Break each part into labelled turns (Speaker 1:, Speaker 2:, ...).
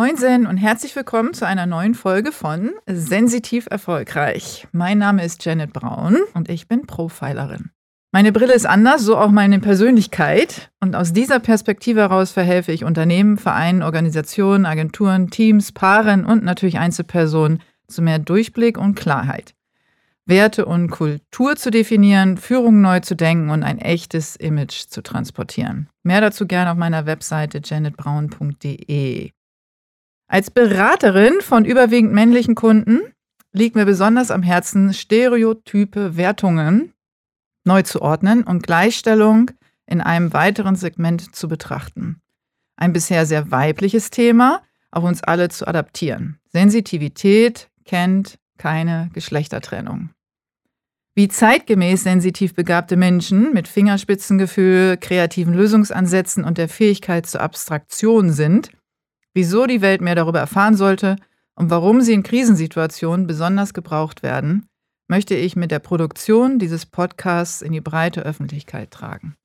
Speaker 1: Moinsen und herzlich willkommen zu einer neuen Folge von Sensitiv Erfolgreich. Mein Name ist Janet Braun und ich bin Profilerin. Meine Brille ist anders, so auch meine Persönlichkeit. Und aus dieser Perspektive heraus verhelfe ich Unternehmen, Vereinen, Organisationen, Agenturen, Teams, Paaren und natürlich Einzelpersonen zu mehr Durchblick und Klarheit. Werte und Kultur zu definieren, Führung neu zu denken und ein echtes Image zu transportieren. Mehr dazu gerne auf meiner Webseite janetbraun.de. Als Beraterin von überwiegend männlichen Kunden liegt mir besonders am Herzen, stereotype Wertungen neu zu ordnen und Gleichstellung in einem weiteren Segment zu betrachten. Ein bisher sehr weibliches Thema, auf uns alle zu adaptieren. Sensitivität kennt keine Geschlechtertrennung. Wie zeitgemäß sensitiv begabte Menschen mit Fingerspitzengefühl, kreativen Lösungsansätzen und der Fähigkeit zur Abstraktion sind, wieso die Welt mehr darüber erfahren sollte und warum sie in Krisensituationen besonders gebraucht werden, möchte ich mit der Produktion dieses Podcasts in die breite Öffentlichkeit tragen.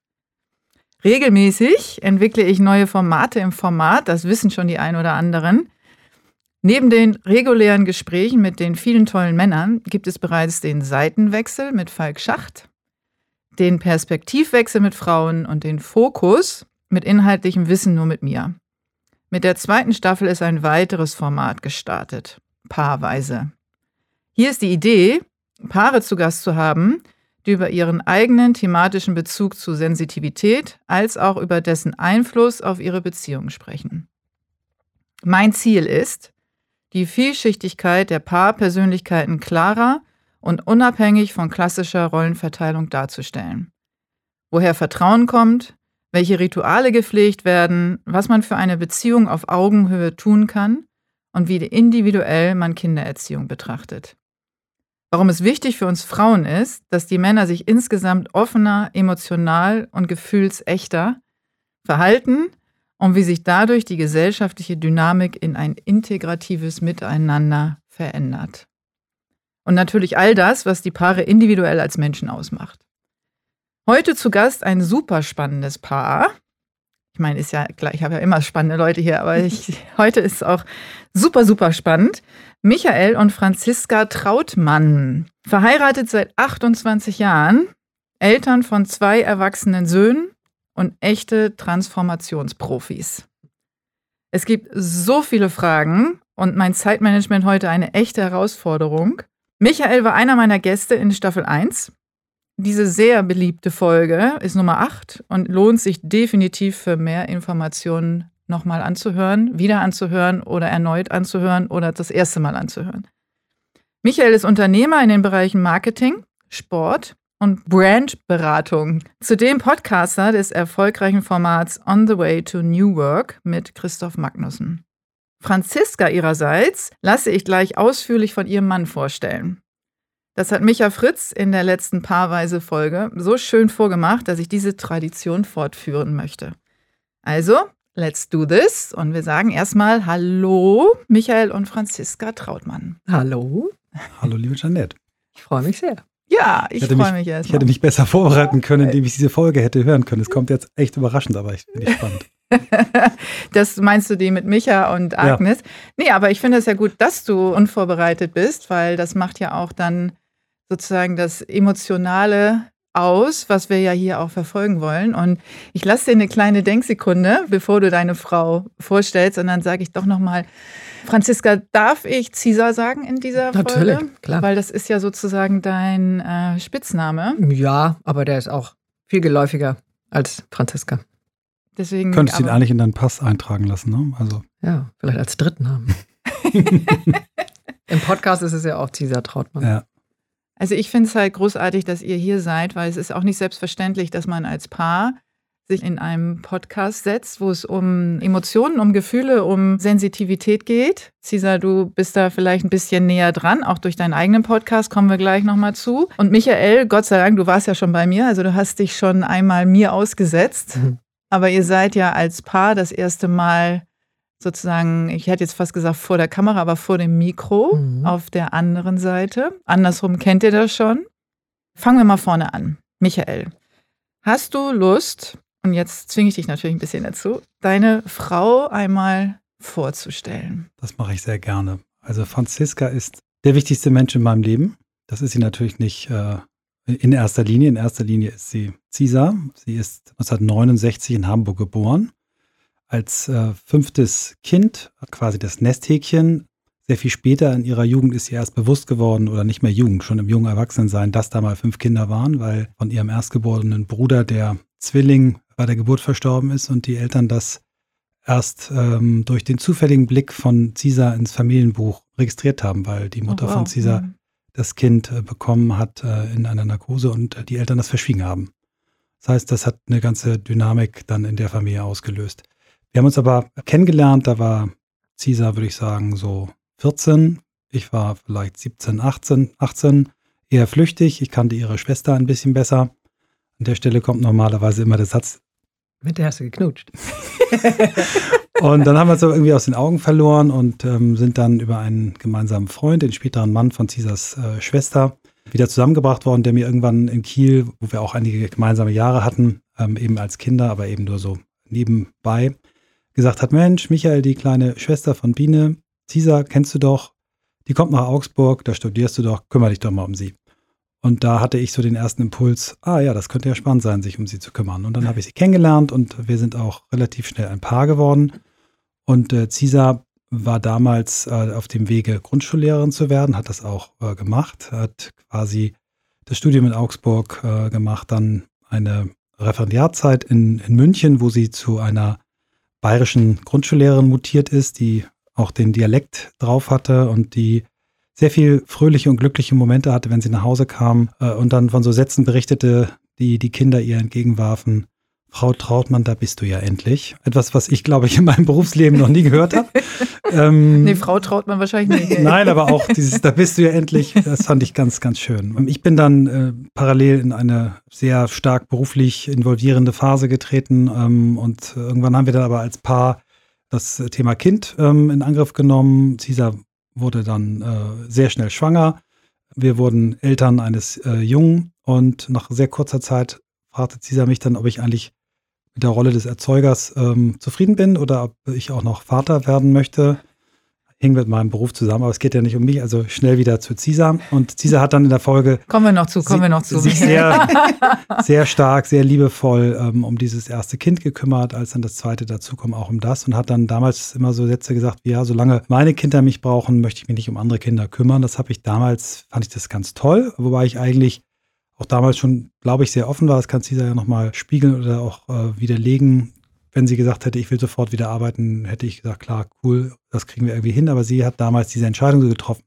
Speaker 1: Regelmäßig entwickle ich neue Formate im Format, das wissen schon die ein oder anderen. Neben den regulären Gesprächen mit den vielen tollen Männern gibt es bereits den Seitenwechsel mit Falk Schacht, den Perspektivwechsel mit Frauen und den Fokus mit inhaltlichem Wissen nur mit mir. Mit der 2. Staffel ist ein weiteres Format gestartet, paarweise. Hier ist die Idee, Paare zu Gast zu haben, die über ihren eigenen thematischen Bezug zu Sensitivität als auch über dessen Einfluss auf ihre Beziehung sprechen. Mein Ziel ist, die Vielschichtigkeit der Paarpersönlichkeiten klarer und unabhängig von klassischer Rollenverteilung darzustellen. Woher Vertrauen kommt, welche Rituale gepflegt werden, was man für eine Beziehung auf Augenhöhe tun kann und wie individuell man Kindererziehung betrachtet. Warum es wichtig für uns Frauen ist, dass die Männer sich insgesamt offener, emotional und gefühlsechter verhalten und wie sich dadurch die gesellschaftliche Dynamik in ein integratives Miteinander verändert. Und natürlich all das, was die Paare individuell als Menschen ausmacht. Heute zu Gast ein super spannendes Paar. Ich meine, ist ja klar, ich habe ja immer spannende Leute hier, aber heute ist es auch super, super spannend. Michael und Franziska Trautmann, verheiratet seit 28 Jahren, Eltern von 2 erwachsenen Söhnen und echte Transformationsprofis. Es gibt so viele Fragen und mein Zeitmanagement heute eine echte Herausforderung. Michael war einer meiner Gäste in Staffel 1. Diese sehr beliebte Folge ist Nummer 8 und lohnt sich definitiv für mehr Informationen nochmal anzuhören, wieder anzuhören oder erneut anzuhören oder das erste Mal anzuhören. Michael ist Unternehmer in den Bereichen Marketing, Sport und Brandberatung. Zudem Podcaster des erfolgreichen Formats On the Way to New Work mit Christoph Magnussen. Franziska ihrerseits lasse ich gleich ausführlich von ihrem Mann vorstellen. Das hat Micha Fritz in der letzten Paarweise-Folge so schön vorgemacht, dass ich diese Tradition fortführen möchte. Also, let's do this. Und wir sagen erstmal Hallo, Michael und Franziska Trautmann.
Speaker 2: Hallo.
Speaker 3: Hallo, liebe Jeanette.
Speaker 2: Ich freue mich sehr.
Speaker 1: Ja, ich freue mich erstmal.
Speaker 3: Ich hätte mich besser vorbereiten können, indem ich diese Folge hätte hören können. Es kommt jetzt echt überraschend, aber ich finde es spannend.
Speaker 1: Das meinst du die mit Micha und Agnes? Ja. Nee, aber ich finde es ja gut, dass du unvorbereitet bist, weil das macht ja auch dann sozusagen das Emotionale aus, was wir ja hier auch verfolgen wollen. Und ich lasse dir eine kleine Denksekunde, bevor du deine Frau vorstellst. Und dann sage ich doch nochmal, Franziska, darf ich Cesar sagen in dieser Folge?
Speaker 2: Natürlich, klar.
Speaker 1: Weil das ist ja sozusagen dein Spitzname.
Speaker 2: Ja, aber der ist auch viel geläufiger als Franziska.
Speaker 1: Deswegen,
Speaker 3: könntest du ihn eigentlich in deinen Pass eintragen lassen, ne? Also.
Speaker 2: Ja, vielleicht als Drittnamen. Im Podcast ist es ja auch Cesar Trautmann.
Speaker 3: Ja.
Speaker 1: Also ich finde es halt großartig, dass ihr hier seid, weil es ist auch nicht selbstverständlich, dass man als Paar sich in einem Podcast setzt, wo es um Emotionen, um Gefühle, um Sensitivität geht. Cesar, du bist da vielleicht ein bisschen näher dran, auch durch deinen eigenen Podcast, kommen wir gleich nochmal zu. Und Michael, Gott sei Dank, du warst ja schon bei mir, also du hast dich schon einmal mir ausgesetzt. Aber ihr seid ja als Paar das erste Mal sozusagen, ich hätte jetzt fast gesagt vor der Kamera, aber vor dem Mikro auf der anderen Seite. Andersrum kennt ihr das schon. Fangen wir mal vorne an. Michael, hast du Lust, und jetzt zwinge ich dich natürlich ein bisschen dazu, deine Frau einmal vorzustellen.
Speaker 3: Das mache ich sehr gerne. Also Franziska ist der wichtigste Mensch in meinem Leben. Das ist sie natürlich nicht in erster Linie. In erster Linie ist sie Cisa. Sie ist 1969 in Hamburg geboren. Als 5. Kind, quasi das Nesthäkchen. Sehr viel später in ihrer Jugend ist sie erst bewusst geworden, oder nicht mehr Jugend, schon im jungen Erwachsenensein, dass da mal 5 Kinder waren, weil von ihrem erstgeborenen Bruder der Zwilling bei der Geburt verstorben ist und die Eltern das erst durch den zufälligen Blick von Cisa ins Familienbuch registriert haben, weil die Mutter von Cisa das Kind bekommen hat in einer Narkose und die Eltern das verschwiegen haben. Das heißt, das hat eine ganze Dynamik dann in der Familie ausgelöst. Wir haben uns aber kennengelernt, da war Cisa, würde ich sagen, so 14. Ich war vielleicht 17, 18, eher flüchtig. Ich kannte ihre Schwester ein bisschen besser. An der Stelle kommt normalerweise immer der Satz:
Speaker 2: Mit der hast du geknutscht.
Speaker 3: Und dann haben wir uns aber irgendwie aus den Augen verloren und sind dann über einen gemeinsamen Freund, den späteren Mann von Cisas Schwester, wieder zusammengebracht worden, der mir irgendwann in Kiel, wo wir auch einige gemeinsame Jahre hatten, eben als Kinder, aber eben nur so nebenbei, gesagt hat: Mensch, Michael, die kleine Schwester von Biene, Cisa, kennst du doch, die kommt nach Augsburg, da studierst du doch, kümmere dich doch mal um sie. Und da hatte ich so den ersten Impuls, ja, das könnte ja spannend sein, sich um sie zu kümmern. Und dann habe ich sie kennengelernt und wir sind auch relativ schnell ein Paar geworden. Und Cisa war damals auf dem Wege, Grundschullehrerin zu werden, hat das auch gemacht, hat quasi das Studium in Augsburg gemacht, dann eine Referendarzeit in München, wo sie zu einer bayerischen Grundschullehrerin mutiert ist, die auch den Dialekt drauf hatte und die sehr viel fröhliche und glückliche Momente hatte, wenn sie nach Hause kam und dann von so Sätzen berichtete, die die Kinder ihr entgegenwarfen: Frau Trautmann, da bist du ja endlich. Etwas, was ich, glaube ich, in meinem Berufsleben noch nie gehört habe.
Speaker 1: Nee, Frau Trautmann wahrscheinlich nicht.
Speaker 3: Nein, aber auch dieses, da bist du ja endlich, das fand ich ganz, ganz schön. Ich bin dann parallel in eine sehr stark beruflich involvierende Phase getreten und irgendwann haben wir dann aber als Paar das Thema Kind in Angriff genommen. Cisa wurde dann sehr schnell schwanger. Wir wurden Eltern eines Jungen und nach sehr kurzer Zeit fragte Cisa mich dann, ob ich eigentlich mit der Rolle des Erzeugers zufrieden bin oder ob ich auch noch Vater werden möchte. Hing mit meinem Beruf zusammen, aber es geht ja nicht um mich, also schnell wieder zu Cisa. Und Cisa hat dann in der Folge
Speaker 1: kommen wir noch zu.
Speaker 3: sich sehr, sehr stark, sehr liebevoll um dieses erste Kind gekümmert, als dann das zweite dazukommt, auch um das. Und hat dann damals immer so Sätze gesagt, wie: Ja, solange meine Kinder mich brauchen, möchte ich mich nicht um andere Kinder kümmern. Das habe ich damals, fand ich das ganz toll, wobei ich eigentlich auch damals schon, glaube ich, sehr offen war. Das kann Cisa ja nochmal spiegeln oder auch widerlegen. Wenn sie gesagt hätte, ich will sofort wieder arbeiten, hätte ich gesagt, klar, cool, das kriegen wir irgendwie hin. Aber sie hat damals diese Entscheidung so getroffen.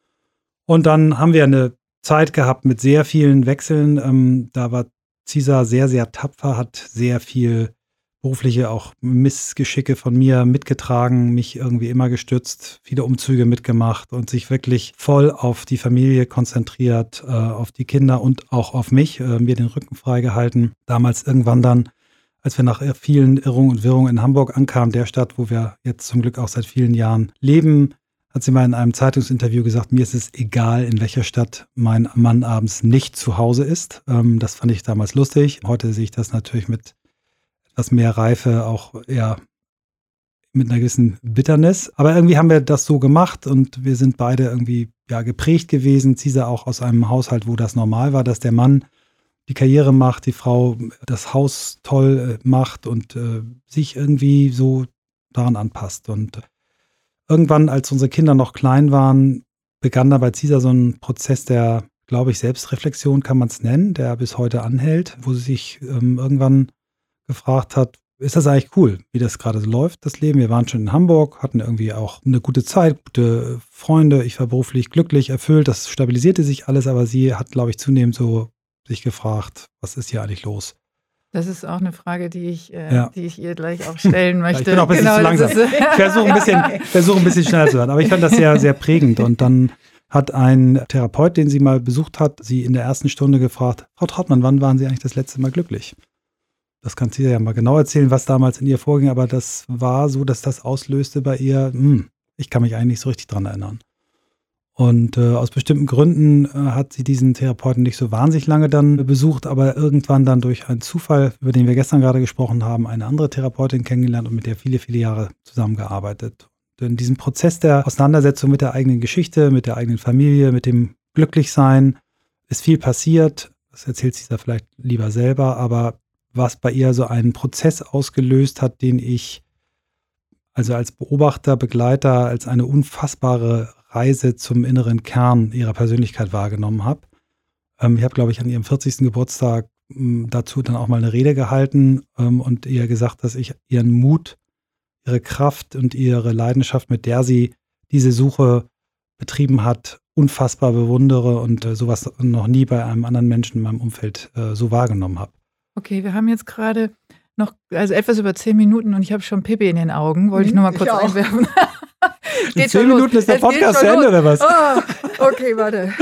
Speaker 3: Und dann haben wir eine Zeit gehabt mit sehr vielen Wechseln. Da war Cisa sehr, sehr tapfer, hat sehr viel berufliche auch Missgeschicke von mir mitgetragen, mich irgendwie immer gestützt, viele Umzüge mitgemacht und sich wirklich voll auf die Familie konzentriert, auf die Kinder und auch auf mich, mir den Rücken freigehalten. Damals irgendwann dann, als wir nach vielen Irrungen und Wirrungen in Hamburg ankamen, der Stadt, wo wir jetzt zum Glück auch seit vielen Jahren leben, hat sie mal in einem Zeitungsinterview gesagt: Mir ist es egal, in welcher Stadt mein Mann abends nicht zu Hause ist. Das fand ich damals lustig. Heute sehe ich das natürlich mit etwas mehr Reife, auch eher mit einer gewissen Bitternis. Aber irgendwie haben wir das so gemacht und wir sind beide irgendwie geprägt gewesen. Cisa auch aus einem Haushalt, wo das normal war, dass der Mann die Karriere macht, die Frau das Haus toll macht und sich irgendwie so daran anpasst. Und irgendwann, als unsere Kinder noch klein waren, begann da bei Cisa so ein Prozess der, glaube ich, Selbstreflexion kann man es nennen, der bis heute anhält, wo sie sich irgendwann gefragt hat: Ist das eigentlich cool, wie das gerade so läuft, das Leben? Wir waren schon in Hamburg, hatten irgendwie auch eine gute Zeit, gute Freunde. Ich war beruflich glücklich, erfüllt. Das stabilisierte sich alles, aber sie hat, glaube ich, zunehmend so sich gefragt, was ist hier eigentlich los?
Speaker 1: Das ist auch eine Frage, die ich ihr gleich auch stellen möchte.
Speaker 3: Ich bin auch ein bisschen zu langsam. Ich versuche ein bisschen schneller zu werden. Aber ich fand das sehr, sehr prägend. Und dann hat ein Therapeut, den sie mal besucht hat, sie in der ersten Stunde gefragt: Frau Trautmann, wann waren Sie eigentlich das letzte Mal glücklich? Das kann sie ja mal genau erzählen, was damals in ihr vorging. Aber das war so, dass das auslöste bei ihr: Ich kann mich eigentlich nicht so richtig dran erinnern. Und aus bestimmten Gründen hat sie diesen Therapeuten nicht so wahnsinnig lange dann besucht, aber irgendwann dann durch einen Zufall, über den wir gestern gerade gesprochen haben, eine andere Therapeutin kennengelernt und mit der viele, viele Jahre zusammengearbeitet. Und in diesem Prozess der Auseinandersetzung mit der eigenen Geschichte, mit der eigenen Familie, mit dem Glücklichsein, ist viel passiert. Das erzählt sie da vielleicht lieber selber, aber was bei ihr so einen Prozess ausgelöst hat, den ich also als Beobachter, Begleiter, als eine unfassbare Reise zum inneren Kern ihrer Persönlichkeit wahrgenommen habe. Ich habe, glaube ich, an ihrem 40. Geburtstag dazu dann auch mal eine Rede gehalten und ihr gesagt, dass ich ihren Mut, ihre Kraft und ihre Leidenschaft, mit der sie diese Suche betrieben hat, unfassbar bewundere und sowas noch nie bei einem anderen Menschen in meinem Umfeld so wahrgenommen habe.
Speaker 1: Okay, wir haben jetzt gerade noch etwas über 10 Minuten und ich habe schon Pipi in den Augen. Wollte ich nur mal kurz einwerfen.
Speaker 3: In 10 Minuten ist der Podcast zu Ende, oder was?
Speaker 1: Oh, okay, warte.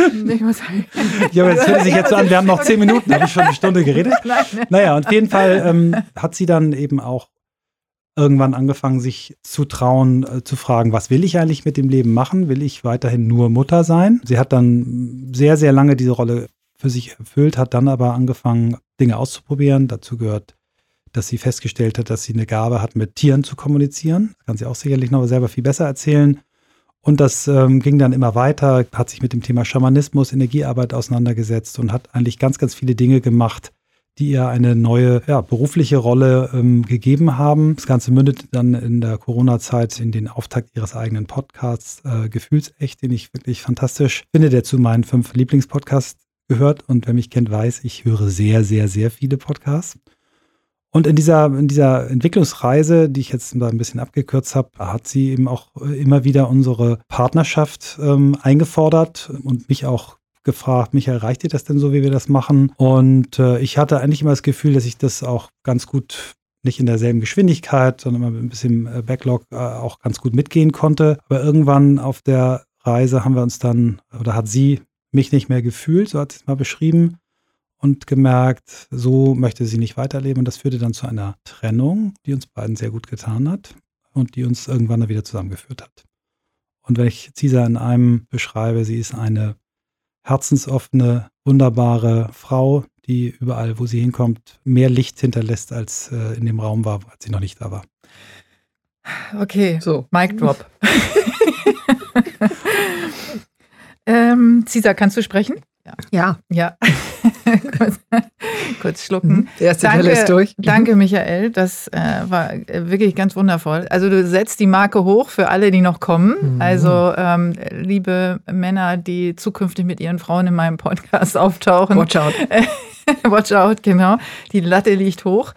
Speaker 3: Ja, aber es hört sich jetzt so an, wir haben noch 10 Minuten, habe ich schon eine Stunde geredet?
Speaker 1: Nein.
Speaker 3: Naja, und auf jeden Fall hat sie dann eben auch irgendwann angefangen, sich zu trauen, zu fragen, was will ich eigentlich mit dem Leben machen? Will ich weiterhin nur Mutter sein? Sie hat dann sehr, sehr lange diese Rolle für sich erfüllt, hat dann aber angefangen, Dinge auszuprobieren. Dazu gehört, dass sie festgestellt hat, dass sie eine Gabe hat, mit Tieren zu kommunizieren. Das kann sie auch sicherlich noch selber viel besser erzählen. Und das ging dann immer weiter, hat sich mit dem Thema Schamanismus, Energiearbeit auseinandergesetzt und hat eigentlich ganz, ganz viele Dinge gemacht, die ihr eine neue berufliche Rolle gegeben haben. Das Ganze mündet dann in der Corona-Zeit in den Auftakt ihres eigenen Podcasts Gefühlsecht, den ich wirklich fantastisch finde, der zu meinen 5 Lieblingspodcasts gehört. Und wer mich kennt, weiß, ich höre sehr, sehr, sehr viele Podcasts. Und in dieser Entwicklungsreise, die ich jetzt da ein bisschen abgekürzt habe, hat sie eben auch immer wieder unsere Partnerschaft eingefordert und mich auch gefragt, Michael, reicht dir das denn so, wie wir das machen? Und ich hatte eigentlich immer das Gefühl, dass ich das auch ganz gut, nicht in derselben Geschwindigkeit, sondern immer mit ein bisschen Backlog auch ganz gut mitgehen konnte. Aber irgendwann auf der Reise haben wir uns dann, oder hat sie mich nicht mehr gefühlt, so hat sie es mal beschrieben, und gemerkt, so möchte sie nicht weiterleben. Und das führte dann zu einer Trennung, die uns beiden sehr gut getan hat und die uns irgendwann dann wieder zusammengeführt hat. Und wenn ich Cisa in einem beschreibe, sie ist eine herzensoffene, wunderbare Frau, die überall, wo sie hinkommt, mehr Licht hinterlässt, als in dem Raum war, als sie noch nicht da war.
Speaker 1: Okay,
Speaker 2: so.
Speaker 1: Mic Drop. Cisa, kannst du sprechen?
Speaker 2: Ja.
Speaker 1: Kurz schlucken.
Speaker 2: Die erste Welle ist durch.
Speaker 1: Danke, Michael. Das war wirklich ganz wundervoll. Also du setzt die Marke hoch für alle, die noch kommen. Also liebe Männer, die zukünftig mit ihren Frauen in meinem Podcast auftauchen.
Speaker 2: Watch out.
Speaker 1: Watch out, genau. Die Latte liegt hoch.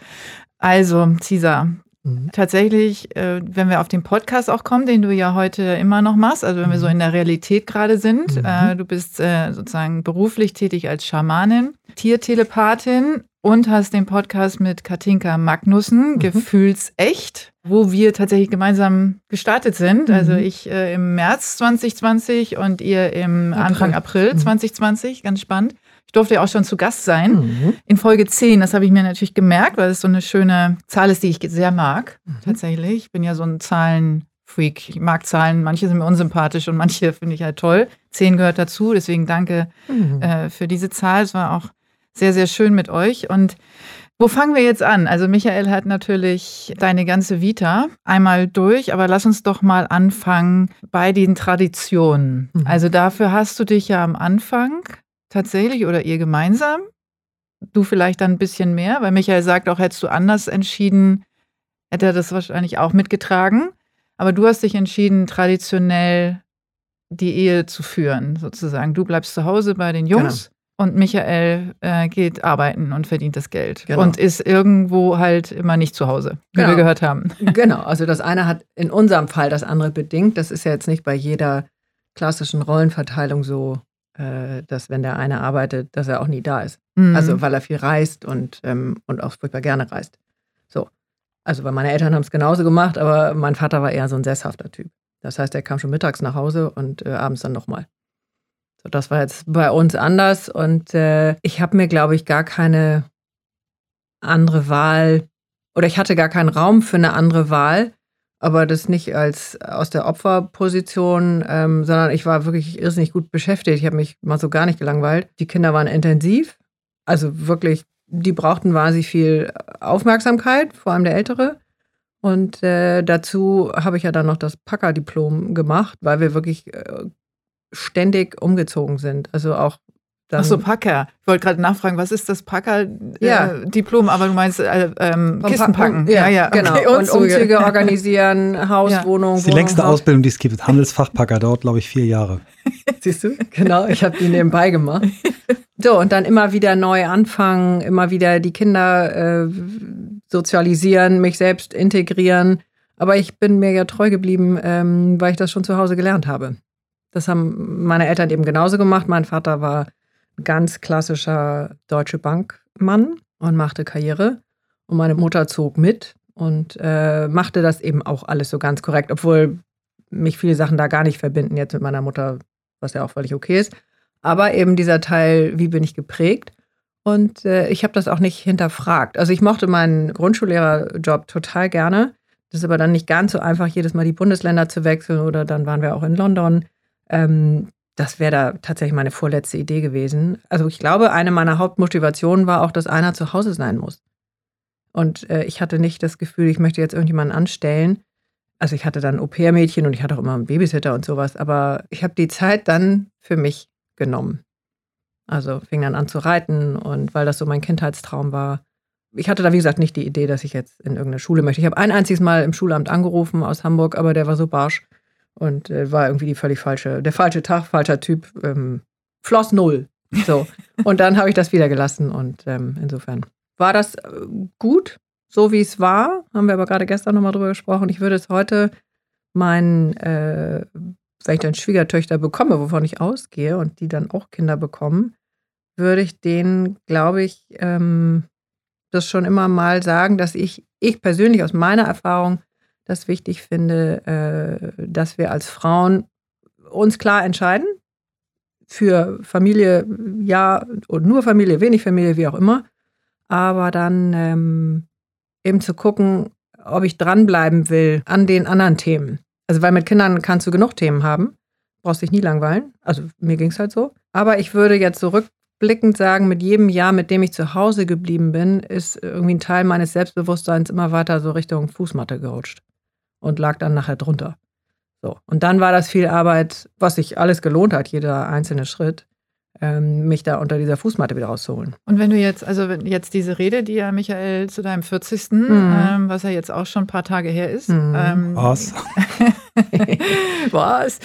Speaker 1: Also, Cisa, tatsächlich, wenn wir auf den Podcast auch kommen, den du ja heute immer noch machst, also wenn wir so in der Realität gerade sind, du bist sozusagen beruflich tätig als Schamanin, Tiertelepathin und hast den Podcast mit Katinka Magnussen, Gefühlsecht, wo wir tatsächlich gemeinsam gestartet sind. Also ich im März 2020 und ihr im Anfang April 2020, ganz spannend. Ich durfte ja auch schon zu Gast sein. In Folge 10, das habe ich mir natürlich gemerkt, weil es so eine schöne Zahl ist, die ich sehr mag, tatsächlich. Ich bin ja so ein Zahlenfreak. Ich mag Zahlen, manche sind mir unsympathisch und manche finde ich halt toll. 10 gehört dazu, deswegen danke für diese Zahl. Es war auch sehr, sehr schön mit euch. Und wo fangen wir jetzt an? Also Michael hat natürlich deine ganze Vita einmal durch, aber lass uns doch mal anfangen bei den Traditionen. Also dafür hast du dich ja am Anfang tatsächlich oder ihr gemeinsam, du vielleicht dann ein bisschen mehr, weil Michael sagt auch, hättest du anders entschieden, hätte er das wahrscheinlich auch mitgetragen. Aber du hast dich entschieden, traditionell die Ehe zu führen, sozusagen. Du bleibst zu Hause bei den Jungs und Michael geht arbeiten und verdient das Geld und ist irgendwo halt immer nicht zu Hause, wie wir gehört haben.
Speaker 2: Genau, also das eine hat in unserem Fall das andere bedingt. Das ist ja jetzt nicht bei jeder klassischen Rollenverteilung so, dass wenn der eine arbeitet, dass er auch nie da ist. Also weil er viel reist und auch furchtbar gerne reist. So. Also weil meine Eltern haben es genauso gemacht, aber mein Vater war eher so ein sesshafter Typ. Das heißt, er kam schon mittags nach Hause und abends dann nochmal. So, das war jetzt bei uns anders und ich habe mir, glaube ich, gar keine andere Wahl oder ich hatte gar keinen Raum für eine andere Wahl, aber das nicht aus der Opferposition, sondern ich war wirklich irrsinnig gut beschäftigt. Ich habe mich mal so gar nicht gelangweilt. Die Kinder waren intensiv, also wirklich, die brauchten wahnsinnig viel Aufmerksamkeit, vor allem der Ältere. Und dazu habe ich ja dann noch das Packer-Diplom gemacht, weil wir wirklich ständig umgezogen sind. Also auch dann.
Speaker 1: Ach so, Packer. Ich wollte gerade nachfragen, was ist das Packer-Diplom? Aber du meinst Kisten packen.
Speaker 2: Ja, genau.
Speaker 1: Okay,
Speaker 2: und Umzüge organisieren, Haus, Wohnung.
Speaker 3: Das ist die längste Ausbildung, die es gibt. Handelsfachpacker dauert, glaube ich, 4 Jahre.
Speaker 2: Siehst du? Genau, ich habe die nebenbei gemacht. So, und dann immer wieder neu anfangen, immer wieder die Kinder sozialisieren, mich selbst integrieren. Aber ich bin mir ja treu geblieben, weil ich das schon zu Hause gelernt habe. Das haben meine Eltern eben genauso gemacht. Mein Vater war ein ganz klassischer Deutsche Bankmann und machte Karriere. Und meine Mutter zog mit und machte das eben auch alles so ganz korrekt, obwohl mich viele Sachen da gar nicht verbinden jetzt mit meiner Mutter, was ja auch völlig okay ist. Aber eben dieser Teil, wie bin ich geprägt? Und ich habe das auch nicht hinterfragt. Also ich mochte meinen Grundschullehrerjob total gerne. Das ist aber dann nicht ganz so einfach, jedes Mal die Bundesländer zu wechseln oder dann waren wir auch in London. Das wäre da tatsächlich meine vorletzte Idee gewesen. Also ich glaube, eine meiner Hauptmotivationen war auch, dass einer zu Hause sein muss. Und ich hatte nicht das Gefühl, ich möchte jetzt irgendjemanden anstellen. Also ich hatte dann ein Au-pair-Mädchen und ich hatte auch immer einen Babysitter und sowas. Aber ich habe die Zeit dann für mich genommen. Also fing dann an zu reiten und weil das so mein Kindheitstraum war. Ich hatte da, wie gesagt, nicht die Idee, dass ich jetzt in irgendeine Schule möchte. Ich habe ein einziges Mal im Schulamt angerufen aus Hamburg, aber der war so barsch und war irgendwie der falsche Tag, falscher Typ, floss 0. So. Und dann habe ich das wieder gelassen und insofern war das gut, so wie es war. Haben wir aber gerade gestern nochmal drüber gesprochen. Ich würde es heute meinen, wenn ich dann Schwiegertöchter bekomme, wovon ich ausgehe und die dann auch Kinder bekommen, würde ich denen, glaube ich, das schon immer mal sagen, dass ich persönlich aus meiner Erfahrung das wichtig finde, dass wir als Frauen uns klar entscheiden. Für Familie, ja, und nur Familie, wenig Familie, wie auch immer. Aber dann eben zu gucken, ob ich dranbleiben will an den anderen Themen. Also weil mit Kindern kannst du genug Themen haben, brauchst dich nie langweilen. Also mir ging es halt so. Aber ich würde jetzt so rückblickend sagen, mit jedem Jahr, mit dem ich zu Hause geblieben bin, ist irgendwie ein Teil meines Selbstbewusstseins immer weiter so Richtung Fußmatte gerutscht und lag dann nachher drunter. So. Und dann war das viel Arbeit, was sich alles gelohnt hat, jeder einzelne Schritt, mich da unter dieser Fußmatte wieder rauszuholen.
Speaker 1: Und wenn du jetzt diese Rede, die ja Michael zu deinem 40., was ja jetzt auch schon ein paar Tage her ist.
Speaker 3: Was?
Speaker 1: Was?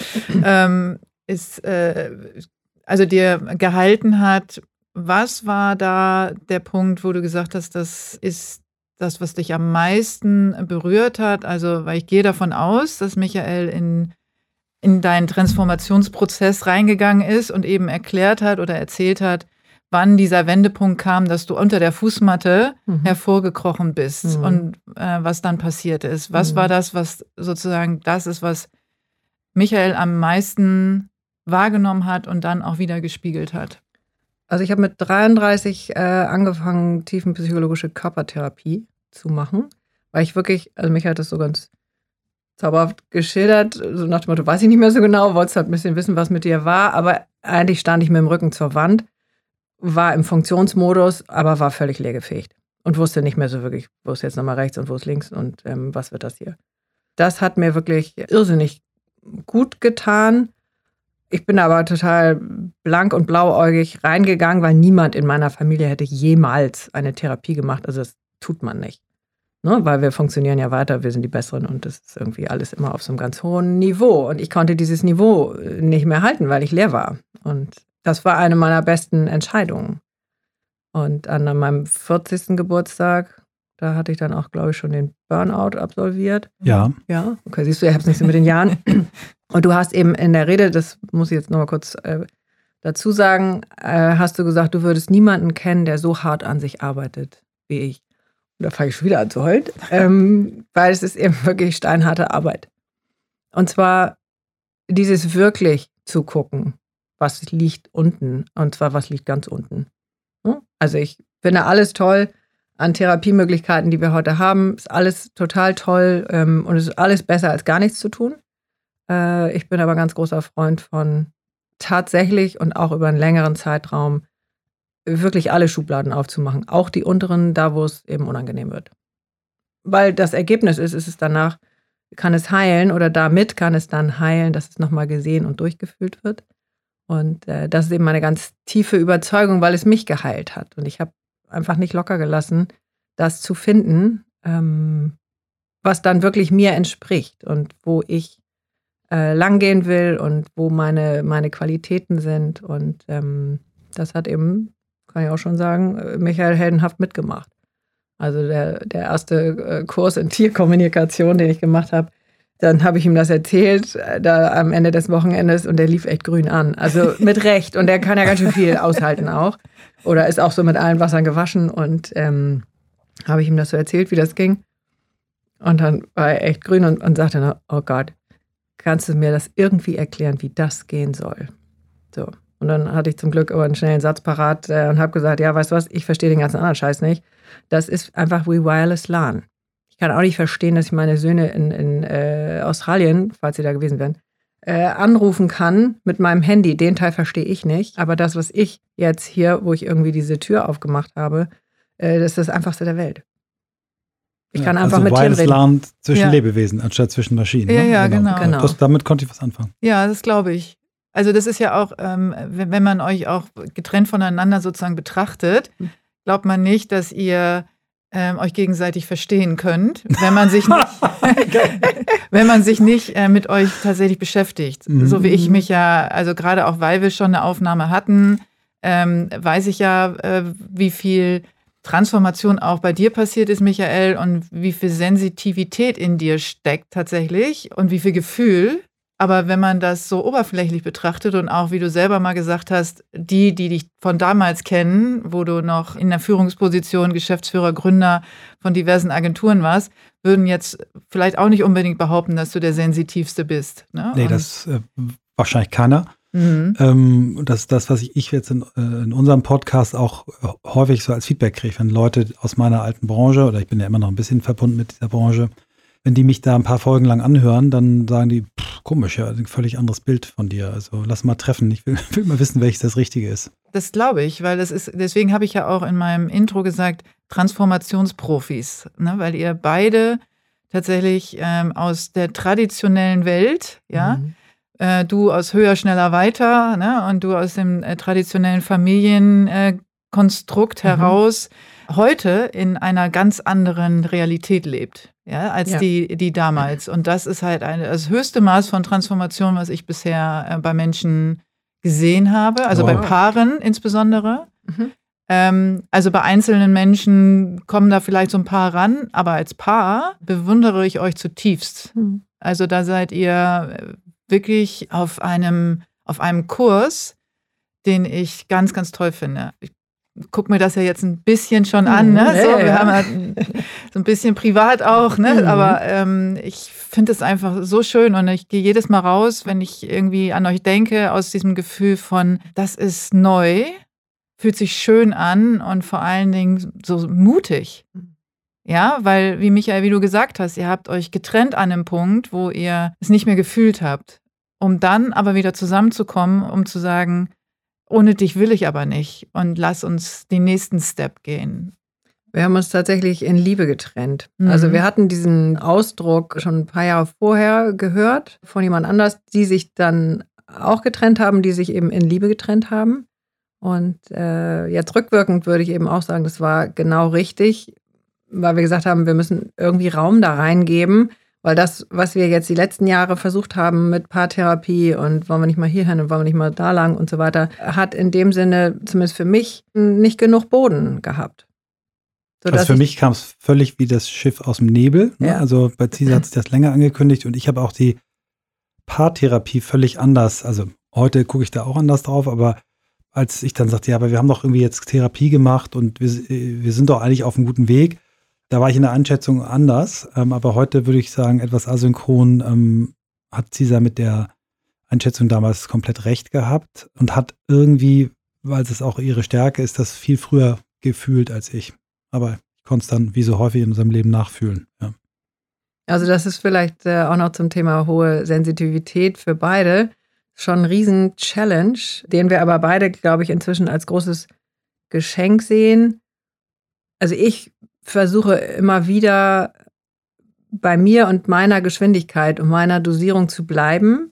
Speaker 1: Also dir gehalten hat, was war da der Punkt, wo du gesagt hast, das ist das, was dich am meisten berührt hat? Also, weil ich gehe davon aus, dass Michael in deinen Transformationsprozess reingegangen ist und eben erklärt hat oder erzählt hat, wann dieser Wendepunkt kam, dass du unter der Fußmatte hervorgekrochen bist und was dann passiert ist. Was war das, was sozusagen das ist, was Michael am meisten wahrgenommen hat und dann auch wieder gespiegelt hat?
Speaker 2: Also ich habe mit 33 angefangen, tiefenpsychologische Körpertherapie zu machen, weil ich wirklich, also mich hat das so ganz zauberhaft geschildert, so nach dem Motto, weiß ich nicht mehr so genau, wolltest halt ein bisschen wissen, was mit dir war, aber eigentlich stand ich mit dem Rücken zur Wand, war im Funktionsmodus, aber war völlig leergefegt und wusste nicht mehr so wirklich, wo ist jetzt nochmal rechts und wo ist links und was wird das hier. Das hat mir wirklich irrsinnig gut getan. Ich bin aber total blank und blauäugig reingegangen, weil niemand in meiner Familie hätte jemals eine Therapie gemacht, also das tut man nicht. Ne, weil wir funktionieren ja weiter, wir sind die Besseren und das ist irgendwie alles immer auf so einem ganz hohen Niveau. Und ich konnte dieses Niveau nicht mehr halten, weil ich leer war. Und das war eine meiner besten Entscheidungen. Und an meinem 40. Geburtstag, da hatte ich dann auch, glaube ich, schon den Burnout absolviert.
Speaker 3: Ja.
Speaker 2: Ja, okay, siehst du, ich habe es nicht so mit den Jahren. Und du hast eben in der Rede, das muss ich jetzt nochmal kurz dazu sagen, hast du gesagt, du würdest niemanden kennen, der so hart an sich arbeitet wie ich. Da fange ich schon wieder an zu heulen, weil es ist eben wirklich steinharte Arbeit. Und zwar dieses wirklich zu gucken, was liegt unten, und zwar was liegt ganz unten. Also ich finde alles toll, an Therapiemöglichkeiten, die wir heute haben, ist alles total toll und es ist alles besser als gar nichts zu tun. Ich bin aber ganz großer Freund von tatsächlich und auch über einen längeren Zeitraum wirklich alle Schubladen aufzumachen, auch die unteren, da wo es eben unangenehm wird. Weil das Ergebnis ist es danach, kann es heilen oder damit kann es dann heilen, dass es nochmal gesehen und durchgefühlt wird. Und das ist eben meine ganz tiefe Überzeugung, weil es mich geheilt hat. Und ich habe einfach nicht locker gelassen, das zu finden, was dann wirklich mir entspricht und wo ich langgehen will und wo meine Qualitäten sind. Und das hat eben, kann ich auch schon sagen, Michael heldenhaft mitgemacht. Also der erste Kurs in Tierkommunikation, den ich gemacht habe, dann habe ich ihm das erzählt, da am Ende des Wochenendes und der lief echt grün an. Also mit Recht. Und der kann ja ganz schön viel aushalten auch. Oder ist auch so mit allen Wassern gewaschen. Und habe ich ihm das so erzählt, wie das ging. Und dann war er echt grün und sagte dann, oh Gott, kannst du mir das irgendwie erklären, wie das gehen soll? So. Und dann hatte ich zum Glück aber einen schnellen Satz parat und habe gesagt, ja, weißt du was, ich verstehe den ganzen anderen Scheiß nicht. Das ist einfach wie Wireless LAN. Ich kann auch nicht verstehen, dass ich meine Söhne in Australien, falls sie da gewesen wären, anrufen kann mit meinem Handy. Den Teil verstehe ich nicht. Aber das, was ich jetzt hier, wo ich irgendwie diese Tür aufgemacht habe, das ist das Einfachste der Welt. Ich kann einfach mit Tieren reden.
Speaker 3: LAN zwischen Lebewesen anstatt zwischen Maschinen.
Speaker 1: Ja, ja, genau.
Speaker 3: Damit konnte ich was anfangen.
Speaker 1: Ja, das glaube ich. Also das ist ja auch, wenn man euch auch getrennt voneinander sozusagen betrachtet, glaubt man nicht, dass ihr euch gegenseitig verstehen könnt, wenn man sich nicht, mit euch tatsächlich beschäftigt. So wie ich mich ja, also gerade auch weil wir schon eine Aufnahme hatten, weiß ich ja, wie viel Transformation auch bei dir passiert ist, Michael, und wie viel Sensitivität in dir steckt tatsächlich und wie viel Gefühl. Aber wenn man das so oberflächlich betrachtet und auch, wie du selber mal gesagt hast, die dich von damals kennen, wo du noch in der Führungsposition Geschäftsführer, Gründer von diversen Agenturen warst, würden jetzt vielleicht auch nicht unbedingt behaupten, dass du der Sensitivste bist. Ne?
Speaker 3: Nee, das wahrscheinlich keiner. Das ist das, was ich jetzt in unserem Podcast auch häufig so als Feedback kriege, wenn Leute aus meiner alten Branche, oder ich bin ja immer noch ein bisschen verbunden mit dieser Branche, wenn die mich da ein paar Folgen lang anhören, dann sagen die, komisch, ja, ein völlig anderes Bild von dir. Also lass mal treffen. Ich will mal wissen, welches das Richtige ist.
Speaker 1: Das glaube ich, weil deswegen habe ich ja auch in meinem Intro gesagt, Transformationsprofis, ne? Weil ihr beide tatsächlich aus der traditionellen Welt, ja, du aus höher, schneller, weiter, ne? Und du aus dem traditionellen Familienkonstrukt heraus heute in einer ganz anderen Realität lebt, ja, als die damals. Und das ist halt das höchste Maß von Transformation, was ich bisher bei Menschen gesehen habe, also bei Paaren insbesondere. Also bei einzelnen Menschen kommen da vielleicht so ein paar ran, aber als Paar bewundere ich euch zutiefst. Also da seid ihr wirklich auf einem Kurs, den ich ganz, ganz toll finde. Ich guck mir das ja jetzt ein bisschen schon an, ne? So, wir haben halt so ein bisschen privat auch, ne? Aber ich finde es einfach so schön und ich gehe jedes Mal raus, wenn ich irgendwie an euch denke, aus diesem Gefühl von, das ist neu, fühlt sich schön an und vor allen Dingen so mutig. Ja, weil, wie Michael, wie du gesagt hast, ihr habt euch getrennt an einem Punkt, wo ihr es nicht mehr gefühlt habt, um dann aber wieder zusammenzukommen, um zu sagen, ohne dich will ich aber nicht und lass uns den nächsten Step gehen.
Speaker 2: Wir haben uns tatsächlich in Liebe getrennt. Also wir hatten diesen Ausdruck schon ein paar Jahre vorher gehört von jemand anders, die sich dann auch getrennt haben, die sich eben in Liebe getrennt haben. Und jetzt rückwirkend würde ich eben auch sagen, das war genau richtig, weil wir gesagt haben, wir müssen irgendwie Raum da reingeben, weil das, was wir jetzt die letzten Jahre versucht haben mit Paartherapie und wollen wir nicht mal hier hin und wollen wir nicht mal da lang und so weiter, hat in dem Sinne, zumindest für mich, nicht genug Boden gehabt.
Speaker 3: Also für mich kam es völlig wie das Schiff aus dem Nebel. Ne? Ja. Also bei Cesar hat sich das länger angekündigt und ich habe auch die Paartherapie völlig anders. Also heute gucke ich da auch anders drauf, aber als ich dann sagte, ja, aber wir haben doch irgendwie jetzt Therapie gemacht und wir sind doch eigentlich auf einem guten Weg, da war ich in der Einschätzung anders, aber heute würde ich sagen, etwas asynchron hat Cesar mit der Einschätzung damals komplett recht gehabt und hat irgendwie, weil es auch ihre Stärke ist, das viel früher gefühlt als ich. Aber ich konnte es dann wie so häufig in unserem Leben nachfühlen. Ja.
Speaker 2: Also das ist vielleicht auch noch zum Thema hohe Sensitivität für beide schon ein riesen Challenge, den wir aber beide, glaube ich, inzwischen als großes Geschenk sehen. Also ich versuche immer wieder bei mir und meiner Geschwindigkeit und meiner Dosierung zu bleiben,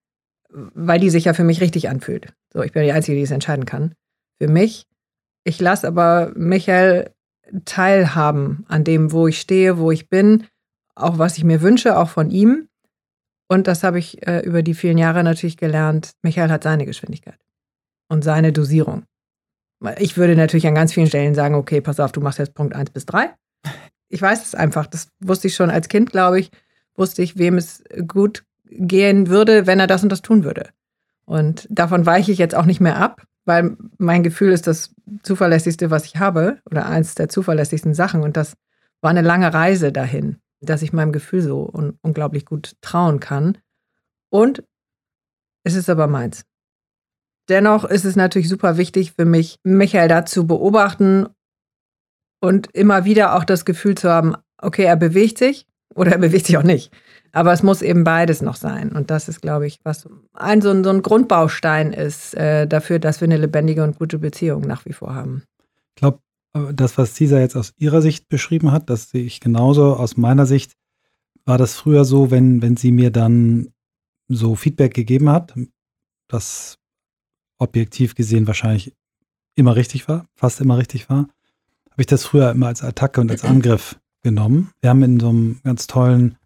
Speaker 2: weil die sich ja für mich richtig anfühlt. So, ich bin die Einzige, die es entscheiden kann. Für mich. Ich lasse aber Michael teilhaben an dem, wo ich stehe, wo ich bin, auch was ich mir wünsche, auch von ihm. Und das habe ich über die vielen Jahre natürlich gelernt. Michael hat seine Geschwindigkeit und seine Dosierung. Ich würde natürlich an ganz vielen Stellen sagen, okay, pass auf, du machst jetzt Punkt 1 bis 3. Ich weiß es einfach, das wusste ich schon als Kind, glaube ich, wusste ich, wem es gut gehen würde, wenn er das und das tun würde. Und davon weiche ich jetzt auch nicht mehr ab, weil mein Gefühl ist das zuverlässigste, was ich habe, oder eins der zuverlässigsten Sachen. Und das war eine lange Reise dahin, dass ich meinem Gefühl so unglaublich gut trauen kann. Und es ist aber meins. Dennoch ist es natürlich super wichtig für mich, Michael da zu beobachten und immer wieder auch das Gefühl zu haben, okay, er bewegt sich oder er bewegt sich auch nicht. Aber es muss eben beides noch sein. Und das ist, glaube ich, was so ein Grundbaustein ist dafür, dass wir eine lebendige und gute Beziehung nach wie vor haben.
Speaker 3: Ich glaube, das, was Cesar jetzt aus ihrer Sicht beschrieben hat, das sehe ich genauso. Aus meiner Sicht war das früher so, wenn sie mir dann so Feedback gegeben hat, das objektiv gesehen wahrscheinlich immer richtig war, fast immer richtig war, habe ich das früher immer als Attacke und als Angriff genommen. Wir haben in so einem ganz tollen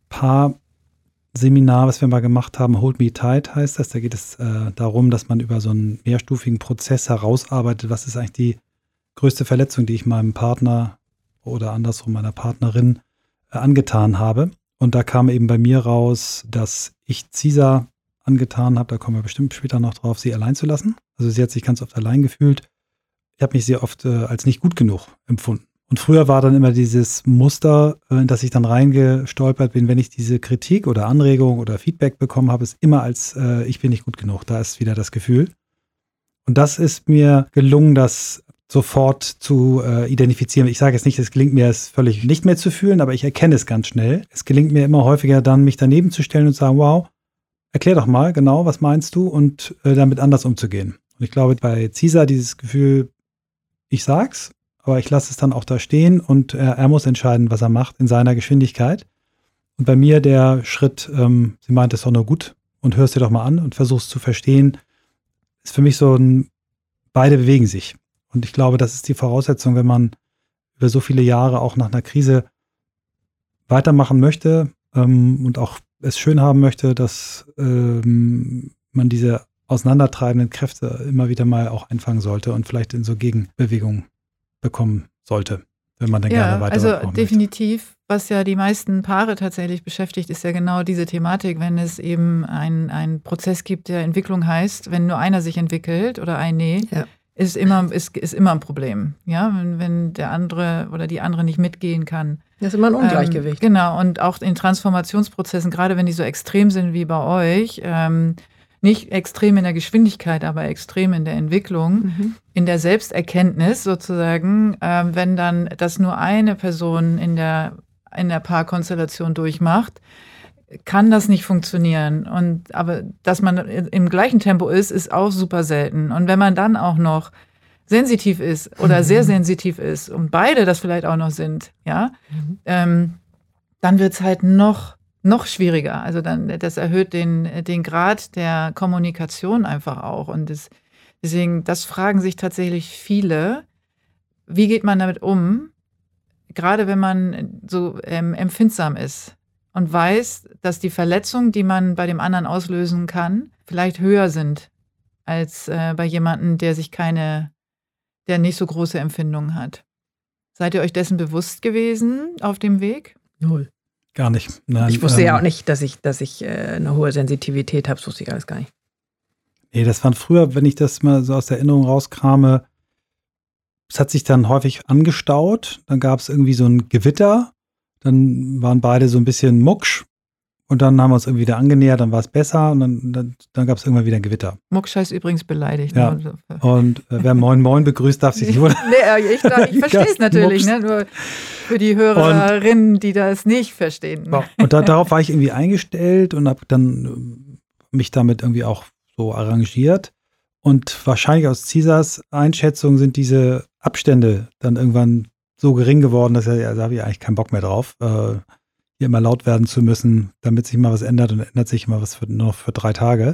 Speaker 3: Paar-Seminar, was wir mal gemacht haben, Hold Me Tight heißt das, da geht es darum, dass man über so einen mehrstufigen Prozess herausarbeitet, was ist eigentlich die größte Verletzung, die ich meinem Partner oder andersrum meiner Partnerin angetan habe. Und da kam eben bei mir raus, dass ich Cesar angetan habe, da kommen wir bestimmt später noch drauf, sie allein zu lassen. Also sie hat sich ganz oft allein gefühlt. Ich habe mich sehr oft als nicht gut genug empfunden. Und früher war dann immer dieses Muster, in das ich dann reingestolpert bin, wenn ich diese Kritik oder Anregung oder Feedback bekommen habe, ist immer als ich bin nicht gut genug. Da ist wieder das Gefühl. Und das ist mir gelungen, das sofort zu identifizieren. Ich sage jetzt nicht, es gelingt mir, es völlig nicht mehr zu fühlen, aber ich erkenne es ganz schnell. Es gelingt mir immer häufiger dann, mich daneben zu stellen und zu sagen, wow, erklär doch mal genau, was meinst du und damit anders umzugehen. Und ich glaube, bei Cesar dieses Gefühl, ich sag's, aber ich lasse es dann auch da stehen und er muss entscheiden, was er macht in seiner Geschwindigkeit. Und bei mir der Schritt, sie meint es doch nur gut und hörst dir doch mal an und versuchst zu verstehen, ist für mich so beide bewegen sich. Und ich glaube, das ist die Voraussetzung, wenn man über so viele Jahre auch nach einer Krise weitermachen möchte und auch es schön haben möchte, dass man diese auseinandertreibenden Kräfte immer wieder mal auch einfangen sollte und vielleicht in so Gegenbewegungen bekommen sollte, wenn man dann gerne weiter
Speaker 1: also definitiv, was ja die meisten Paare tatsächlich beschäftigt, ist ja genau diese Thematik, wenn es eben einen Prozess gibt, der Entwicklung heißt, wenn nur einer sich entwickelt oder ist immer ein Problem, ja, wenn der andere oder die andere nicht mitgehen kann.
Speaker 2: Das ist immer ein Ungleichgewicht.
Speaker 1: Genau, und auch in Transformationsprozessen, gerade wenn die so extrem sind wie bei euch, nicht extrem in der Geschwindigkeit, aber extrem in der Entwicklung, in der Selbsterkenntnis sozusagen, wenn dann das nur eine Person in der Paarkonstellation durchmacht, kann das nicht funktionieren. Aber dass man im gleichen Tempo ist auch super selten. Und wenn man dann auch noch sensitiv ist oder sehr sensitiv ist und beide das vielleicht auch noch sind, ja, dann wird es halt noch schwieriger. Also das erhöht den Grad der Kommunikation einfach auch. Und deswegen, das fragen sich tatsächlich viele, wie geht man damit um, gerade wenn man so empfindsam ist und weiß, dass die Verletzungen, die man bei dem anderen auslösen kann, vielleicht höher sind als bei jemandem, der nicht so große Empfindungen hat. Seid ihr euch dessen bewusst gewesen auf dem Weg?
Speaker 2: Null.
Speaker 3: Gar nicht. Nein,
Speaker 2: ich wusste ja auch nicht, dass ich eine hohe Sensitivität habe, das wusste ich alles gar nicht.
Speaker 3: Nee, das waren früher, wenn ich das mal so aus der Erinnerung rauskrame, es hat sich dann häufig angestaut, dann gab es irgendwie so ein Gewitter, dann waren beide so ein bisschen mucksch Und dann haben wir uns irgendwie wieder angenähert, dann war es besser und dann gab es irgendwann wieder ein Gewitter.
Speaker 1: Moksha ist übrigens beleidigt.
Speaker 3: Ja.
Speaker 1: Ne?
Speaker 3: Und wer Moin Moin begrüßt, darf sich nicht wundern.
Speaker 1: Nee, ich verstehe es natürlich, ne? Nur für die Hörerinnen, die das nicht verstehen.
Speaker 3: Und darauf war ich irgendwie eingestellt und habe dann mich damit irgendwie auch so arrangiert. Und wahrscheinlich aus Caesars Einschätzung sind diese Abstände dann irgendwann so gering geworden, dass da habe ich eigentlich keinen Bock mehr drauf, hier immer laut werden zu müssen, damit sich mal was ändert, und ändert sich immer was nur noch für 3 Tage.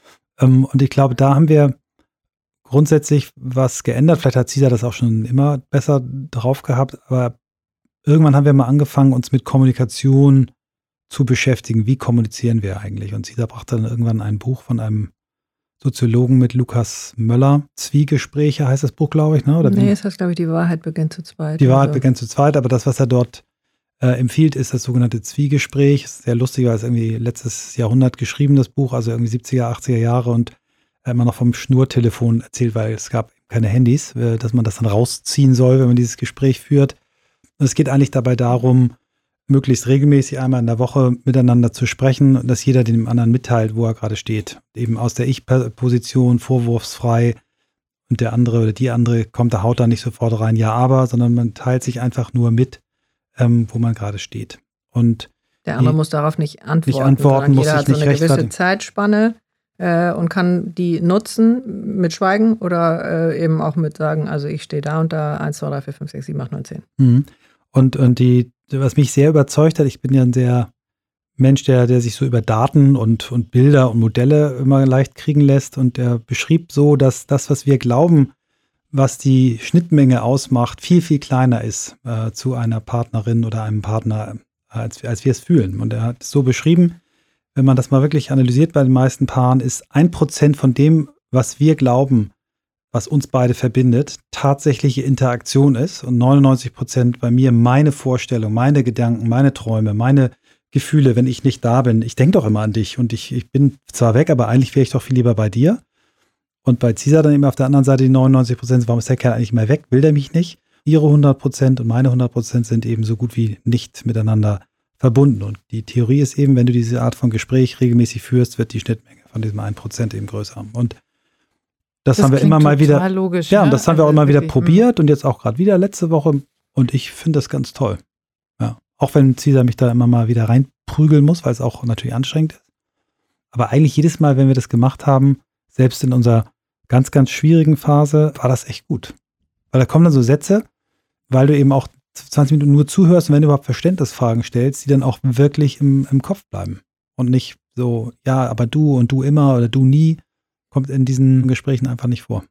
Speaker 3: Und ich glaube, da haben wir grundsätzlich was geändert. Vielleicht hat Caesar das auch schon immer besser drauf gehabt, aber irgendwann haben wir mal angefangen, uns mit Kommunikation zu beschäftigen. Wie kommunizieren wir eigentlich? Und Caesar brachte dann irgendwann ein Buch von einem Soziologen mit Lukas Möller. Zwiegespräche heißt das Buch, glaube ich. Ne? Oder
Speaker 2: es heißt, glaube ich, Die Wahrheit beginnt zu zweit.
Speaker 3: Die Wahrheit beginnt zu zweit, aber das, was er dort empfiehlt, ist das sogenannte Zwiegespräch. Sehr lustig, weil es irgendwie letztes Jahrhundert geschrieben, das Buch, also irgendwie 70er, 80er Jahre, und immer noch vom Schnurtelefon erzählt, weil es gab keine Handys, dass man das dann rausziehen soll, wenn man dieses Gespräch führt. Und es geht eigentlich dabei darum, möglichst regelmäßig einmal in der Woche miteinander zu sprechen und dass jeder dem anderen mitteilt, wo er gerade steht. Eben aus der Ich-Position, vorwurfsfrei, und der andere oder die andere kommt, da haut da nicht sofort rein, ja, aber, sondern man teilt sich einfach nur mit, wo man gerade steht. Und
Speaker 2: der andere muss darauf nicht antworten.
Speaker 3: Muss
Speaker 2: jeder
Speaker 3: sich
Speaker 2: hat so
Speaker 3: nicht
Speaker 2: eine gewisse Zeitspanne und kann die nutzen mit Schweigen oder eben auch mit sagen, also ich stehe da und da, 1, 2, 3, 4, 5, 6, 7, 8, 9, 10.
Speaker 3: Mhm. Und was mich sehr überzeugt hat, ich bin ja ein sehr Mensch, der sich so über Daten und Bilder und Modelle immer leicht kriegen lässt, und der beschrieb so, dass das, was wir glauben, was die Schnittmenge ausmacht, viel, viel kleiner ist zu einer Partnerin oder einem Partner, als wir es fühlen. Und er hat es so beschrieben, wenn man das mal wirklich analysiert bei den meisten Paaren, ist 1% von dem, was wir glauben, was uns beide verbindet, tatsächliche Interaktion ist, und 99% bei mir meine Vorstellung, meine Gedanken, meine Träume, meine Gefühle, wenn ich nicht da bin. Ich denke doch immer an dich und ich bin zwar weg, aber eigentlich wäre ich doch viel lieber bei dir. Und bei Caesar dann eben auf der anderen Seite die 99%, warum ist der Kerl eigentlich mal weg? Will der mich nicht? Ihre 100% und meine 100% sind eben so gut wie nicht miteinander verbunden. Und die Theorie ist eben, wenn du diese Art von Gespräch regelmäßig führst, wird die Schnittmenge von diesem 1% eben größer. Und das haben wir immer mal wieder,
Speaker 1: logisch,
Speaker 3: ja, und das haben wir auch immer wieder
Speaker 1: wirklich,
Speaker 3: probiert und jetzt auch gerade wieder letzte Woche, und ich finde das ganz toll. Ja, auch wenn Caesar mich da immer mal wieder reinprügeln muss, weil es auch natürlich anstrengend ist. Aber eigentlich jedes Mal, wenn wir das gemacht haben, selbst in unserer ganz, ganz schwierigen Phase, war das echt gut. Weil da kommen dann so Sätze, weil du eben auch 20 Minuten nur zuhörst und wenn du überhaupt Verständnisfragen stellst, die dann auch wirklich im Kopf bleiben. Und nicht so, ja, aber du und du immer oder du nie, kommt in diesen Gesprächen einfach nicht vor.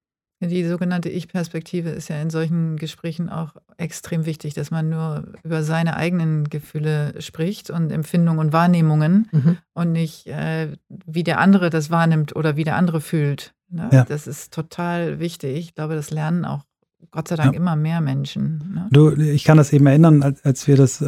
Speaker 1: Die sogenannte Ich-Perspektive ist ja in solchen Gesprächen auch extrem wichtig, dass man nur über seine eigenen Gefühle spricht und Empfindungen und Wahrnehmungen und nicht, wie der andere das wahrnimmt oder wie der andere fühlt. Ne? Ja. Das ist total wichtig. Ich glaube, das lernen auch Gott sei Dank immer mehr Menschen. Ne?
Speaker 3: Ich kann das eben erinnern, als wir das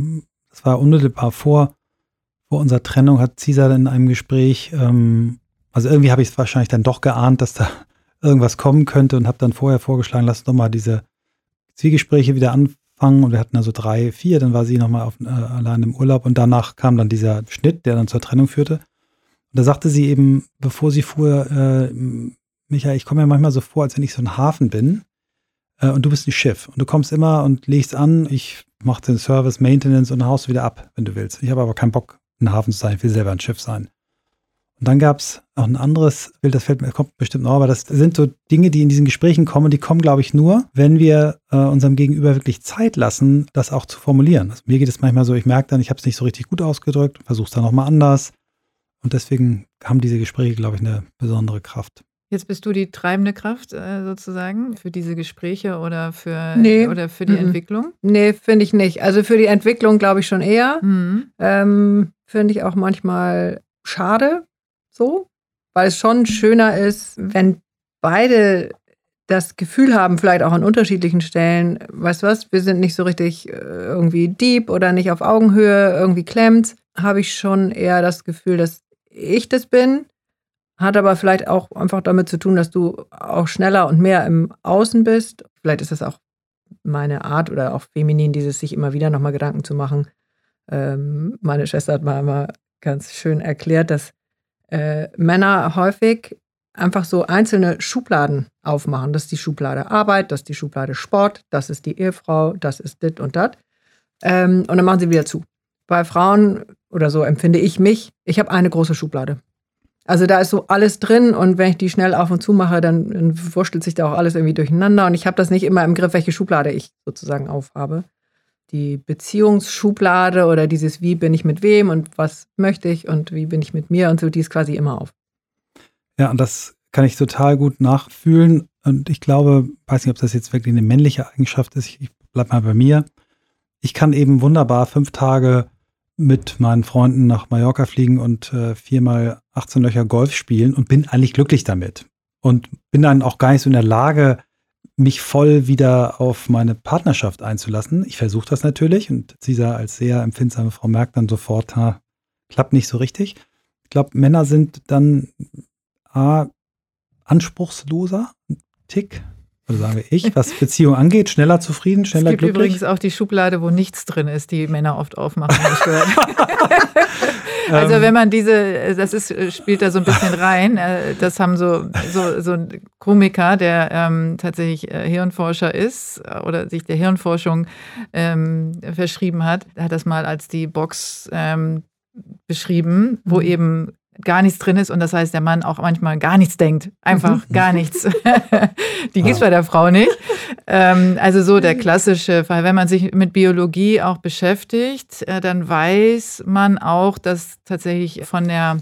Speaker 3: war unmittelbar vor unserer Trennung, hat Caesar in einem Gespräch, also irgendwie habe ich es wahrscheinlich dann doch geahnt, dass da irgendwas kommen könnte, und habe dann vorher vorgeschlagen, lass uns doch mal diese Zwiegespräche wieder anfangen, und wir hatten also 3, 4, dann war sie nochmal allein im Urlaub, und danach kam dann dieser Schnitt, der dann zur Trennung führte. Und da sagte sie eben, bevor sie fuhr, Michael, ich komme mir manchmal so vor, als wenn ich so ein Hafen bin und du bist ein Schiff und du kommst immer und legst an, ich mache den Service, Maintenance und dann haust du wieder ab, wenn du willst. Ich habe aber keinen Bock, ein Hafen zu sein, ich will selber ein Schiff sein. Und dann gab es auch ein anderes Bild, das kommt bestimmt noch, aber das sind so Dinge, die in diesen Gesprächen kommen, und die kommen, glaube ich, nur, wenn wir unserem Gegenüber wirklich Zeit lassen, das auch zu formulieren. Also mir geht es manchmal so, ich merke dann, ich habe es nicht so richtig gut ausgedrückt, versuche es dann nochmal anders, und deswegen haben diese Gespräche, glaube ich, eine besondere Kraft.
Speaker 1: Jetzt bist du die treibende Kraft sozusagen für diese Gespräche oder für die Entwicklung?
Speaker 2: Nee, finde ich nicht. Also für die Entwicklung glaube ich schon eher. Finde ich auch manchmal schade, so, weil es schon schöner ist, wenn beide das Gefühl haben, vielleicht auch an unterschiedlichen Stellen, weißt du was, wir sind nicht so richtig irgendwie deep oder nicht auf Augenhöhe, irgendwie klemmt, habe ich schon eher das Gefühl, dass ich das bin. Hat aber vielleicht auch einfach damit zu tun, dass du auch schneller und mehr im Außen bist. Vielleicht ist das auch meine Art oder auch feminin, dieses sich immer wieder nochmal Gedanken zu machen, Meine Schwester hat mal immer ganz schön erklärt, dass Männer häufig einfach so einzelne Schubladen aufmachen. Das ist die Schublade Arbeit, das ist die Schublade Sport, das ist die Ehefrau, das ist dit und dat. Und dann machen sie wieder zu. Bei Frauen oder so empfinde ich mich, ich habe eine große Schublade. Also da ist so alles drin und wenn ich die schnell auf und zu mache, dann wurstelt sich da auch alles irgendwie durcheinander und ich habe das nicht immer im Griff, welche Schublade ich sozusagen aufhabe. Die Beziehungsschublade oder dieses wie bin ich mit wem und was möchte ich und wie bin ich mit mir und so, die ist quasi immer auf.
Speaker 3: Ja, und das kann ich total gut nachfühlen und ich glaube, weiß nicht, ob das jetzt wirklich eine männliche Eigenschaft ist, ich bleib mal bei mir. Ich kann eben wunderbar 5 Tage mit meinen Freunden nach Mallorca fliegen und 4x 18 Löcher Golf spielen und bin eigentlich glücklich damit. Und bin dann auch gar nicht so in der Lage, mich voll wieder auf meine Partnerschaft einzulassen. Ich versuche das natürlich und Cesar als sehr empfindsame Frau merkt dann sofort, klappt nicht so richtig. Ich glaube, Männer sind dann anspruchsloser, ein Tick, oder sage ich, was Beziehung angeht, schneller zufrieden, schneller glücklich. Es gibt
Speaker 1: übrigens auch die Schublade, wo nichts drin ist, die Männer oft aufmachen, habe ich gehört. Also wenn man spielt da so ein bisschen rein. Das haben so ein Komiker, der tatsächlich Hirnforscher ist oder sich der Hirnforschung verschrieben hat das mal als die Box beschrieben, wo eben gar nichts drin ist und das heißt, der Mann auch manchmal gar nichts denkt. Einfach gar nichts. Die gibt's bei der Frau nicht. Also so der klassische Fall. Wenn man sich mit Biologie auch beschäftigt, dann weiß man auch, dass tatsächlich von der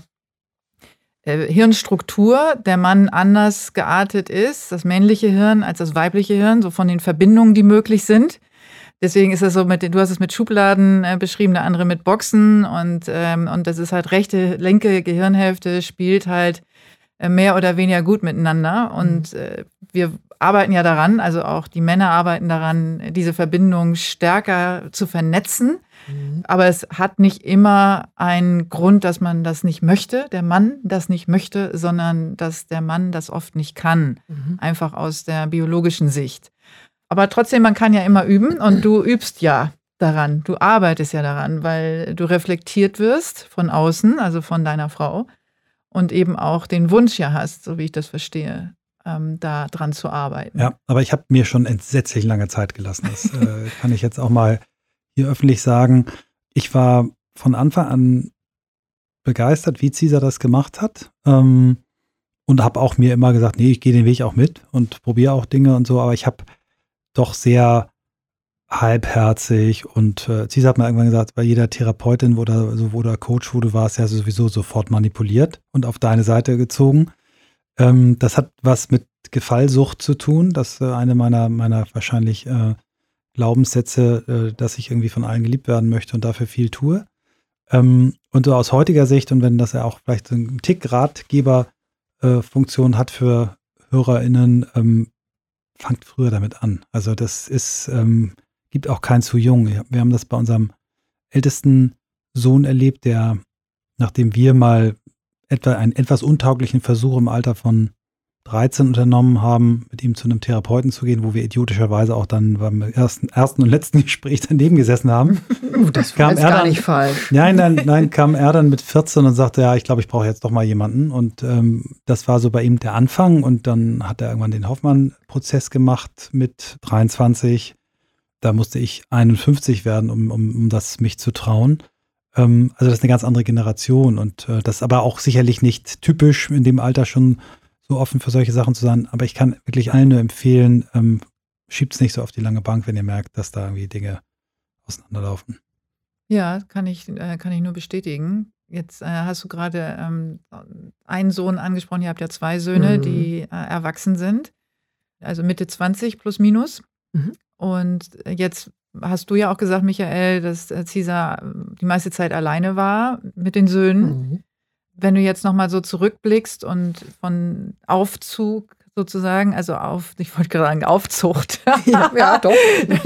Speaker 1: Hirnstruktur der Mann anders geartet ist, das männliche Hirn als das weibliche Hirn, so von den Verbindungen, die möglich sind. Deswegen ist das so, du hast es mit Schubladen beschrieben, der andere mit Boxen und das ist halt linke Gehirnhälfte spielt halt mehr oder weniger gut miteinander und wir arbeiten ja daran, also auch die Männer arbeiten daran, diese Verbindung stärker zu vernetzen, aber es hat nicht immer einen Grund, dass man das nicht möchte, der Mann das nicht möchte, sondern dass der Mann das oft nicht kann, einfach aus der biologischen Sicht. Aber trotzdem, man kann ja immer üben und du übst ja daran, du arbeitest ja daran, weil du reflektiert wirst von außen, also von deiner Frau und eben auch den Wunsch ja hast, so wie ich das verstehe, da dran zu arbeiten.
Speaker 3: Ja, aber ich habe mir schon entsetzlich lange Zeit gelassen. Das kann ich jetzt auch mal hier öffentlich sagen. Ich war von Anfang an begeistert, wie Cesar das gemacht hat und habe auch mir immer gesagt, nee, ich gehe den Weg auch mit und probiere auch Dinge und so, aber ich habe doch sehr halbherzig und Cesar hat mir irgendwann gesagt, bei jeder Therapeutin oder Coach, wo du warst, ja sowieso sofort manipuliert und auf deine Seite gezogen. Das hat was mit Gefallsucht zu tun. Das ist eine meiner wahrscheinlich Glaubenssätze, dass ich irgendwie von allen geliebt werden möchte und dafür viel tue. Und so aus heutiger Sicht und wenn das ja auch vielleicht so ein Tick Ratgeberfunktion hat für HörerInnen, fangt früher damit an. Also das ist, gibt auch kein zu jung. Wir haben das bei unserem ältesten Sohn erlebt, der, nachdem wir mal einen etwas untauglichen Versuch im Alter von 13 unternommen haben, mit ihm zu einem Therapeuten zu gehen, wo wir idiotischerweise auch dann beim ersten und letzten Gespräch daneben gesessen haben.
Speaker 2: Das war gar nicht falsch.
Speaker 3: Nein, kam er dann mit 14 und sagte, ja, ich glaube, ich brauche jetzt doch mal jemanden. Und das war so bei ihm der Anfang. Und dann hat er irgendwann den Hoffmann-Prozess gemacht mit 23. Da musste ich 51 werden, um das mich zu trauen. Also das ist eine ganz andere Generation. Und das ist aber auch sicherlich nicht typisch, in dem Alter schon so offen für solche Sachen zu sein. Aber ich kann wirklich allen nur empfehlen, schiebt es nicht so auf die lange Bank, wenn ihr merkt, dass da irgendwie Dinge auseinanderlaufen.
Speaker 1: Ja, kann ich nur bestätigen. Jetzt hast du gerade einen Sohn angesprochen, ihr habt ja 2 Söhne, die erwachsen sind, also Mitte 20 plus minus. Und jetzt hast du ja auch gesagt, Michael, dass Cesar die meiste Zeit alleine war mit den Söhnen. Wenn du jetzt nochmal so zurückblickst und von Aufzug sozusagen, ich wollte gerade sagen Aufzucht.
Speaker 2: Ja, doch.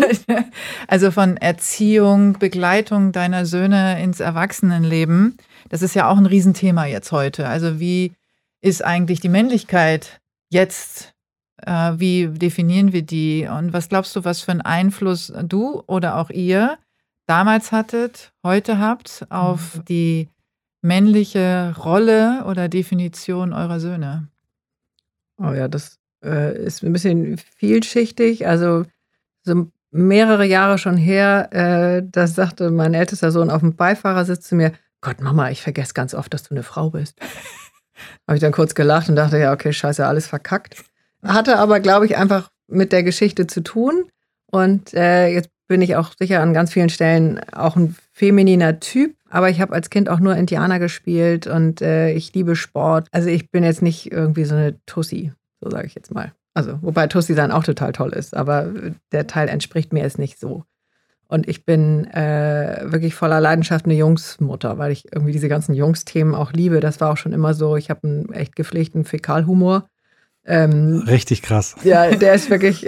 Speaker 1: Also von Erziehung, Begleitung deiner Söhne ins Erwachsenenleben, das ist ja auch ein Riesenthema jetzt heute. Also wie ist eigentlich die Männlichkeit jetzt? Wie definieren wir die? Und was glaubst du, was für einen Einfluss du oder auch ihr damals hattet, heute habt, auf die männliche Rolle oder Definition eurer Söhne?
Speaker 2: Oh ja, das ist ein bisschen vielschichtig. Also so mehrere Jahre schon her, das sagte mein ältester Sohn auf dem Beifahrersitz zu mir: Gott, Mama, ich vergesse ganz oft, dass du eine Frau bist. Habe ich dann kurz gelacht und dachte, ja, okay, scheiße, alles verkackt. Hatte aber, glaube ich, einfach mit der Geschichte zu tun. Und jetzt bin ich auch sicher an ganz vielen Stellen auch ein femininer Typ. Aber ich habe als Kind auch nur Indianer gespielt und ich liebe Sport. Also ich bin jetzt nicht irgendwie so eine Tussi, so sage ich jetzt mal. Also wobei Tussi sein auch total toll ist, aber der Teil entspricht mir jetzt nicht so. Und ich bin wirklich voller Leidenschaft eine Jungsmutter, weil ich irgendwie diese ganzen Jungsthemen auch liebe. Das war auch schon immer so. Ich habe einen echt gepflegten Fäkalhumor.
Speaker 3: Richtig krass.
Speaker 2: Ja, der ist wirklich,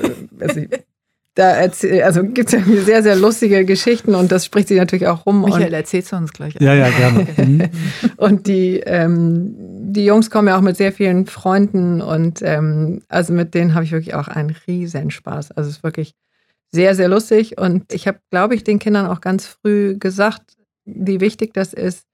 Speaker 2: also gibt es ja sehr, sehr lustige Geschichten und das spricht sich natürlich auch rum.
Speaker 1: Michael, erzählst du uns gleich.
Speaker 3: Ja, gerne.
Speaker 2: Und die Jungs kommen ja auch mit sehr vielen Freunden und also mit denen habe ich wirklich auch einen riesen Spaß. Also es ist wirklich sehr, sehr lustig und ich habe, glaube ich, den Kindern auch ganz früh gesagt, wie wichtig das ist,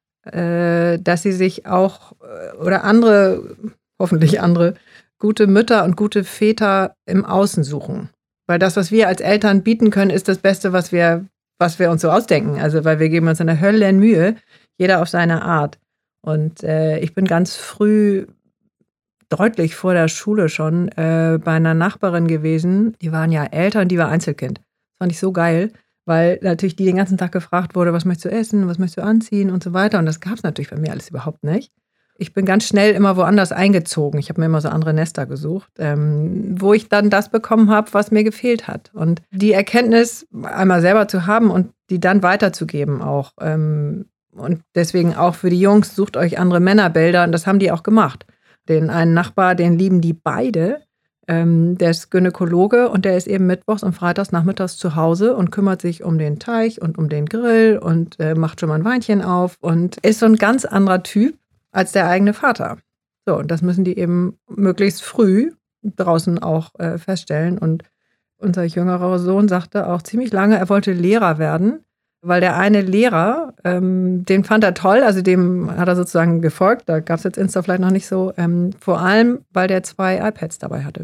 Speaker 2: dass sie sich auch oder hoffentlich andere, gute Mütter und gute Väter im Außen suchen. Weil das, was wir als Eltern bieten können, ist das Beste, was wir uns so ausdenken. Also weil wir geben uns eine Höllenmühe, jeder auf seine Art. Und ich bin ganz früh, deutlich vor der Schule schon, bei einer Nachbarin gewesen. Die waren ja älter und die war Einzelkind. Das fand ich so geil, weil natürlich die den ganzen Tag gefragt wurde, was möchtest du essen, was möchtest du anziehen und so weiter. Und das gab es natürlich bei mir alles überhaupt nicht. Ich bin ganz schnell immer woanders eingezogen. Ich habe mir immer so andere Nester gesucht, wo ich dann das bekommen habe, was mir gefehlt hat. Und die Erkenntnis einmal selber zu haben und die dann weiterzugeben auch. Und deswegen auch für die Jungs, sucht euch andere Männerbilder. Und das haben die auch gemacht. Den einen Nachbar, den lieben die beide. Der ist Gynäkologe und der ist eben mittwochs und freitags nachmittags zu Hause und kümmert sich um den Teich und um den Grill und macht schon mal ein Weinchen auf und ist so ein ganz anderer Typ als der eigene Vater. So, und das müssen die eben möglichst früh draußen auch feststellen. Und unser jüngerer Sohn sagte auch ziemlich lange, er wollte Lehrer werden, weil der eine Lehrer, den fand er toll, also dem hat er sozusagen gefolgt, da gab es jetzt Insta vielleicht noch nicht so, vor allem, weil der 2 iPads dabei hatte.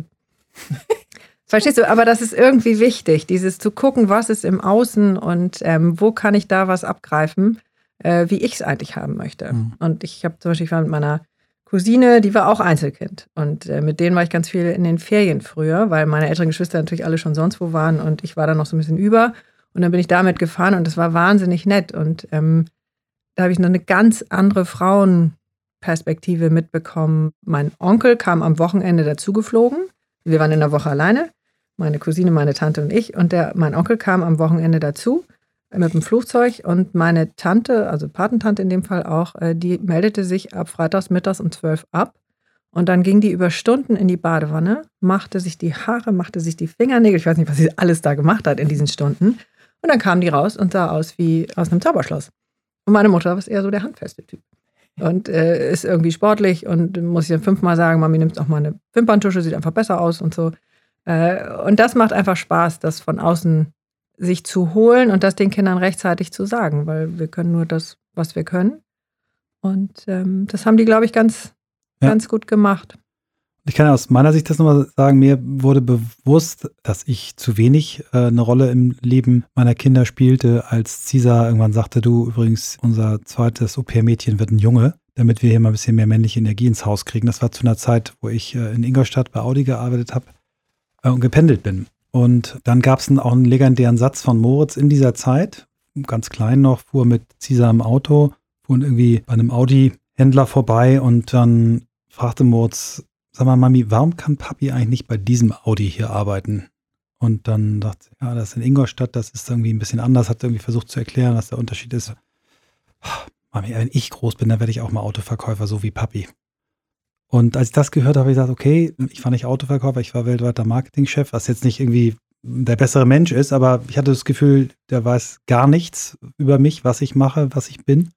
Speaker 2: Verstehst du? Aber das ist irgendwie wichtig, dieses zu gucken, was ist im Außen und wo kann ich da was abgreifen, wie ich es eigentlich haben möchte. Mhm. Und ich habe zum Beispiel, ich war mit meiner Cousine, die war auch Einzelkind. Und mit denen war ich ganz viel in den Ferien früher, weil meine älteren Geschwister natürlich alle schon sonst wo waren und ich war dann noch so ein bisschen über. Und dann bin ich damit gefahren und das war wahnsinnig nett. Und da habe ich noch eine ganz andere Frauenperspektive mitbekommen. Mein Onkel kam am Wochenende dazugeflogen. Wir waren in der Woche alleine, meine Cousine, meine Tante und ich. Und mein Onkel kam am Wochenende dazu mit dem Flugzeug. Und meine Tante, also Patentante in dem Fall auch, die meldete sich ab freitags mittags um 12 ab. Und dann ging die über Stunden in die Badewanne, machte sich die Haare, machte sich die Fingernägel. Ich weiß nicht, was sie alles da gemacht hat in diesen Stunden. Und dann kam die raus und sah aus wie aus einem Zauberschloss. Und meine Mutter war eher so der handfeste Typ. Und ist irgendwie sportlich und muss ich dann 5-mal sagen, Mami, nimmst auch mal eine Wimperntusche, sieht einfach besser aus und so. Und das macht einfach Spaß, das von außen sich zu holen und das den Kindern rechtzeitig zu sagen, weil wir können nur das, was wir können. Und das haben die, glaube ich, ganz gut gemacht.
Speaker 3: Ich kann aus meiner Sicht das nochmal sagen, mir wurde bewusst, dass ich zu wenig eine Rolle im Leben meiner Kinder spielte, als Cesar irgendwann sagte, du, übrigens, unser zweites Au-pair-Mädchen wird ein Junge, damit wir hier mal ein bisschen mehr männliche Energie ins Haus kriegen. Das war zu einer Zeit, wo ich in Ingolstadt bei Audi gearbeitet habe und gependelt bin. Und dann gab es auch einen legendären Satz von Moritz in dieser Zeit, ganz klein noch, fuhr mit Cesar im Auto, fuhr irgendwie bei einem Audi-Händler vorbei und dann fragte Moritz, sag mal, Mami, warum kann Papi eigentlich nicht bei diesem Audi hier arbeiten? Und dann dachte sie, ja, das ist in Ingolstadt, das ist irgendwie ein bisschen anders, hat irgendwie versucht zu erklären, was der Unterschied ist. Mami, wenn ich groß bin, dann werde ich auch mal Autoverkäufer, so wie Papi. Und als ich das gehört habe, habe ich gesagt, okay, ich war nicht Autoverkäufer, ich war weltweiter Marketingchef, was jetzt nicht irgendwie der bessere Mensch ist, aber ich hatte das Gefühl, der weiß gar nichts über mich, was ich mache, was ich bin.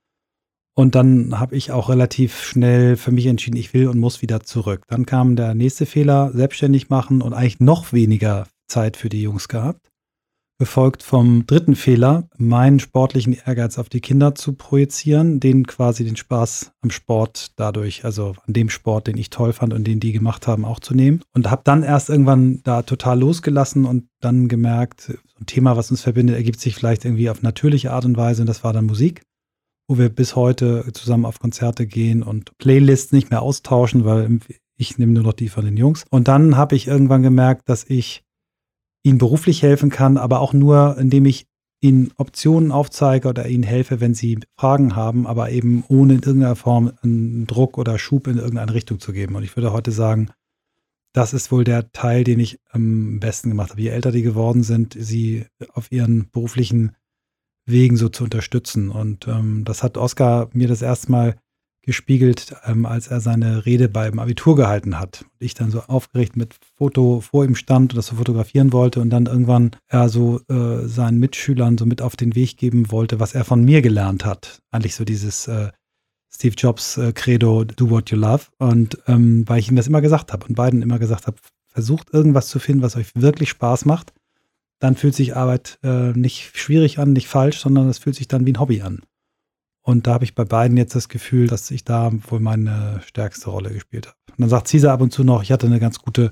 Speaker 3: Und dann habe ich auch relativ schnell für mich entschieden, ich will und muss wieder zurück. Dann kam der nächste Fehler, selbstständig machen und eigentlich noch weniger Zeit für die Jungs gehabt. gefolgt vom dritten Fehler, meinen sportlichen Ehrgeiz auf die Kinder zu projizieren, denen quasi den Spaß am Sport dadurch, also an dem Sport, den ich toll fand und den die gemacht haben, auch zu nehmen. Und habe dann erst irgendwann da total losgelassen und dann gemerkt, so ein Thema, was uns verbindet, ergibt sich vielleicht irgendwie auf natürliche Art und Weise und das war dann Musik, wo wir bis heute zusammen auf Konzerte gehen und Playlists nicht mehr austauschen, weil ich nehme nur noch die von den Jungs. Und dann habe ich irgendwann gemerkt, dass ich ihnen beruflich helfen kann, aber auch nur, indem ich ihnen Optionen aufzeige oder ihnen helfe, wenn sie Fragen haben, aber eben ohne in irgendeiner Form einen Druck oder Schub in irgendeine Richtung zu geben. Und ich würde heute sagen, das ist wohl der Teil, den ich am besten gemacht habe. Je älter die geworden sind, sie auf ihren beruflichen Wegen so zu unterstützen. Und das hat Oskar mir das erste Mal gespiegelt, als er seine Rede beim Abitur gehalten hat. Und ich dann so aufgeregt mit Foto vor ihm stand und das so fotografieren wollte und dann irgendwann er so seinen Mitschülern so mit auf den Weg geben wollte, was er von mir gelernt hat. Eigentlich so dieses Steve Jobs Credo, do what you love. Und weil ich ihm das immer gesagt habe und beiden immer gesagt habe, versucht irgendwas zu finden, was euch wirklich Spaß macht. Dann fühlt sich Arbeit nicht schwierig an, nicht falsch, sondern es fühlt sich dann wie ein Hobby an. Und da habe ich bei beiden jetzt das Gefühl, dass ich da wohl meine stärkste Rolle gespielt habe. Und dann sagt Cesar ab und zu noch, ich hatte eine ganz gute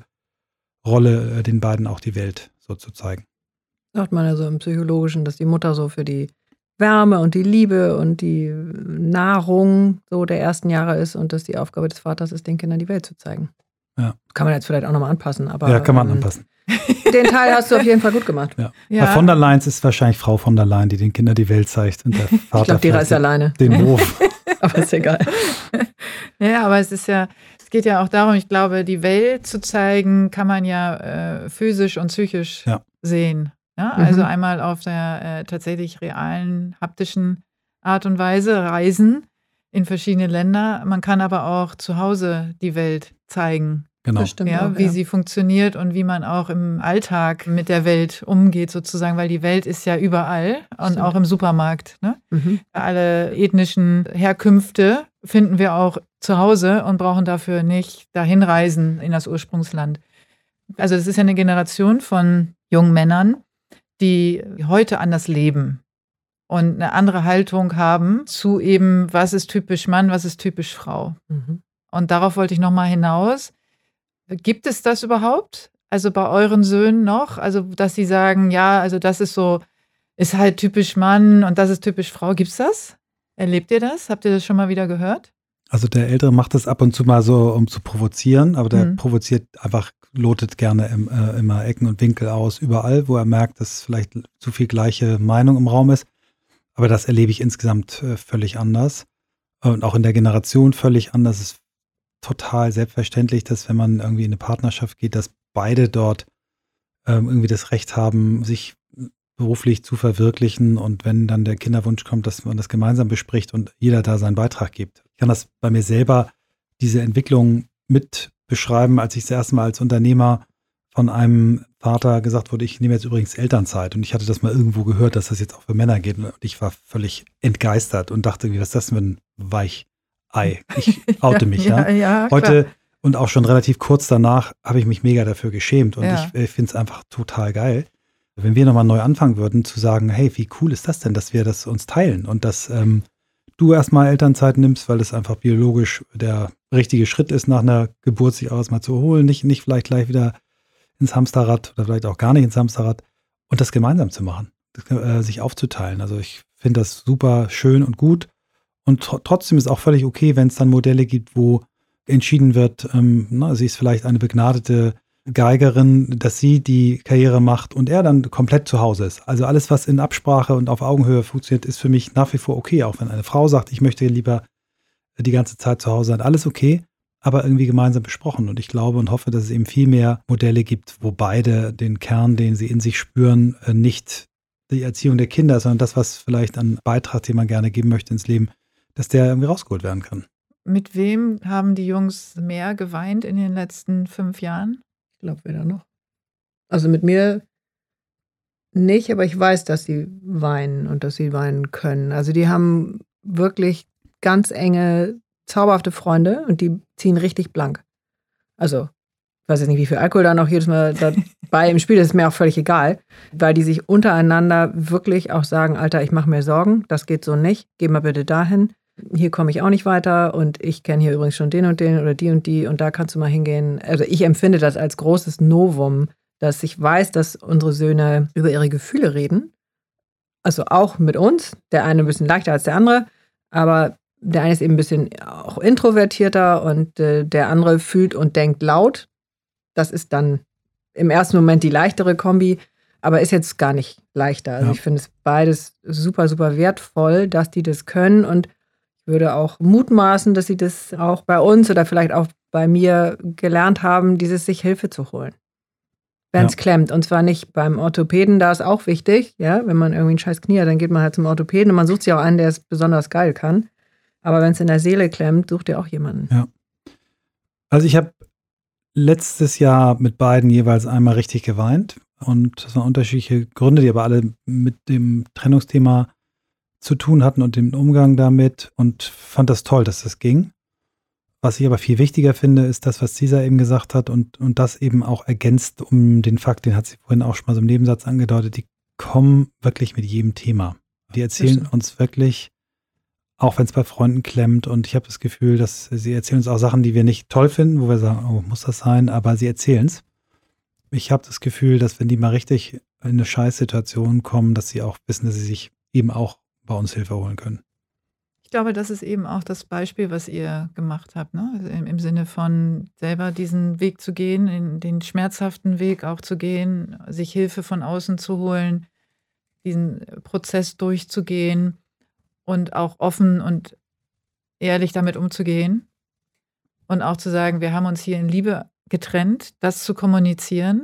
Speaker 3: Rolle, den beiden auch die Welt so zu zeigen.
Speaker 2: Sagt man ja so im Psychologischen, dass die Mutter so für die Wärme und die Liebe und die Nahrung so der ersten Jahre ist und dass die Aufgabe des Vaters ist, den Kindern die Welt zu zeigen.
Speaker 3: Ja.
Speaker 2: Kann man jetzt vielleicht auch nochmal anpassen. Aber,
Speaker 3: ja, kann man anpassen.
Speaker 2: Den Teil hast du auf jeden Fall gut gemacht.
Speaker 3: Ja. Ja. Bei von der Leyen ist es wahrscheinlich Frau von der Leyen, die den Kindern die Welt zeigt. Und der Vater
Speaker 2: ich glaube, die reist alleine.
Speaker 3: Den Hof.
Speaker 2: Aber ist egal.
Speaker 1: Ja, aber es geht ja auch darum, ich glaube, die Welt zu zeigen, kann man ja physisch und psychisch sehen. Ja? Also einmal auf der tatsächlich realen, haptischen Art und Weise reisen in verschiedene Länder. Man kann aber auch zu Hause die Welt zeigen.
Speaker 3: Genau.
Speaker 1: Wie sie funktioniert und wie man auch im Alltag mit der Welt umgeht sozusagen, weil die Welt ist ja überall und auch im Supermarkt. Ne? Alle ethnischen Herkünfte finden wir auch zu Hause und brauchen dafür nicht dahin reisen in das Ursprungsland. Also es ist ja eine Generation von jungen Männern, die heute anders leben und eine andere Haltung haben zu eben, was ist typisch Mann, was ist typisch Frau. Und darauf wollte ich nochmal hinaus. Gibt es das überhaupt? Also bei euren Söhnen noch? Also, dass sie sagen, ja, also das ist halt typisch Mann und das ist typisch Frau. Gibt's das? Erlebt ihr das? Habt ihr das schon mal wieder gehört?
Speaker 3: Also der Ältere macht das ab und zu mal so, um zu provozieren, aber der provoziert einfach, lotet gerne immer Ecken und Winkel aus, überall, wo er merkt, dass vielleicht zu viel gleiche Meinung im Raum ist. Aber das erlebe ich insgesamt völlig anders und auch in der Generation völlig anders. Es ist total selbstverständlich, dass wenn man irgendwie in eine Partnerschaft geht, dass beide dort irgendwie das Recht haben, sich beruflich zu verwirklichen und wenn dann der Kinderwunsch kommt, dass man das gemeinsam bespricht und jeder da seinen Beitrag gibt. Ich kann das bei mir selber, diese Entwicklung mit beschreiben, als ich das erste Mal als Unternehmer von einem Vater gesagt wurde, ich nehme jetzt übrigens Elternzeit und ich hatte das mal irgendwo gehört, dass das jetzt auch für Männer geht und ich war völlig entgeistert und dachte, was ist das für ein Weichei? Ich oute mich, ja. Heute und auch schon relativ kurz danach habe ich mich mega dafür geschämt und ich finde es einfach total geil. Wenn wir nochmal neu anfangen würden, zu sagen, hey, wie cool ist das denn, dass wir das uns teilen und dass du erstmal Elternzeit nimmst, weil es einfach biologisch der richtige Schritt ist, nach einer Geburt sich auch erstmal zu holen, nicht vielleicht gleich wieder ins Hamsterrad oder vielleicht auch gar nicht ins Hamsterrad und das gemeinsam zu machen, sich aufzuteilen. Also ich finde das super schön und gut. Und trotzdem ist auch völlig okay, wenn es dann Modelle gibt, wo entschieden wird, sie ist vielleicht eine begnadete Geigerin, dass sie die Karriere macht und er dann komplett zu Hause ist. Also alles, was in Absprache und auf Augenhöhe funktioniert, ist für mich nach wie vor okay. Auch wenn eine Frau sagt, ich möchte lieber die ganze Zeit zu Hause sein, alles okay, aber irgendwie gemeinsam besprochen. Und ich glaube und hoffe, dass es eben viel mehr Modelle gibt, wo beide den Kern, den sie in sich spüren, nicht die Erziehung der Kinder, sondern das, was vielleicht an Beitrag, den man gerne geben möchte ins Leben, dass der irgendwie rausgeholt werden kann.
Speaker 1: Mit wem haben die Jungs mehr geweint in den letzten 5 Jahren?
Speaker 2: Ich glaube, weder noch. Also mit mir nicht, aber ich weiß, dass sie weinen und dass sie weinen können. Also die haben wirklich ganz enge, zauberhafte Freunde und die ziehen richtig blank. Also ich weiß jetzt nicht, wie viel Alkohol da noch jedes Mal da bei im Spiel, das ist mir auch völlig egal, weil die sich untereinander wirklich auch sagen, Alter, ich mache mir Sorgen, das geht so nicht, geh mal bitte dahin. Hier komme ich auch nicht weiter und ich kenne hier übrigens schon den und den oder die und da kannst du mal hingehen. Also ich empfinde das als großes Novum, dass ich weiß, dass unsere Söhne über ihre Gefühle reden. Also auch mit uns, der eine ein bisschen leichter als der andere, aber der eine ist eben ein bisschen auch introvertierter und der andere fühlt und denkt laut. Das ist dann im ersten Moment die leichtere Kombi, aber ist jetzt gar nicht leichter. Also ich finde es beides super, super wertvoll, dass die das können und ich würde auch mutmaßen, dass sie das auch bei uns oder vielleicht auch bei mir gelernt haben, dieses sich Hilfe zu holen. Wenn es klemmt. Und zwar nicht beim Orthopäden, da ist auch wichtig, ja, wenn man irgendwie ein scheiß Knie hat, dann geht man halt zum Orthopäden und man sucht sich auch einen, der es besonders geil kann. Aber wenn es in der Seele klemmt, sucht ihr auch jemanden.
Speaker 3: Ja. Also ich habe letztes Jahr mit beiden jeweils einmal richtig geweint und das waren unterschiedliche Gründe, die aber alle mit dem Trennungsthema zu tun hatten und dem Umgang damit und fand das toll, dass das ging. Was ich aber viel wichtiger finde, ist das, was Cesar eben gesagt hat und das eben auch ergänzt um den Fakt, den hat sie vorhin auch schon mal so im Nebensatz angedeutet, die kommen wirklich mit jedem Thema. Die erzählen uns wirklich, auch wenn es bei Freunden klemmt und ich habe das Gefühl, dass sie erzählen uns auch Sachen, die wir nicht toll finden, wo wir sagen, oh, muss das sein, aber sie erzählen es. Ich habe das Gefühl, dass wenn die mal richtig in eine Scheißsituation kommen, dass sie auch wissen, dass sie sich eben auch bei uns Hilfe holen können.
Speaker 1: Ich glaube, das ist eben auch das Beispiel, was ihr gemacht habt, ne? Also im Sinne von selber diesen Weg zu gehen, in den schmerzhaften Weg auch zu gehen, sich Hilfe von außen zu holen, diesen Prozess durchzugehen und auch offen und ehrlich damit umzugehen und auch zu sagen, wir haben uns hier in Liebe getrennt, das zu kommunizieren,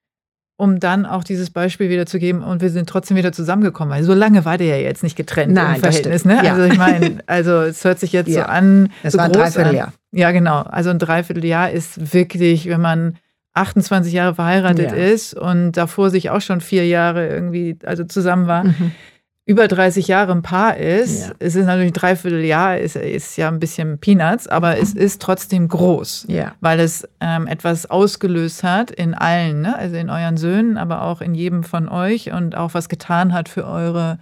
Speaker 1: um dann auch dieses Beispiel wieder zu geben und wir sind trotzdem wieder zusammengekommen. Weil so lange war der ja jetzt nicht getrennt im Verhältnis. Ne? Ja. Also ich meine, es hört sich jetzt so an.
Speaker 2: Es war ein Dreivierteljahr.
Speaker 1: Ja, genau. Also ein Dreivierteljahr ist wirklich, wenn man 28 Jahre verheiratet ist und davor sich auch schon 4 Jahre irgendwie zusammen war, über 30 Jahre ein Paar ist, es ist natürlich ein Dreivierteljahr, ist ja ein bisschen Peanuts, aber es ist trotzdem groß, weil es etwas ausgelöst hat in allen, ne? Also in euren Söhnen, aber auch in jedem von euch und auch was getan hat für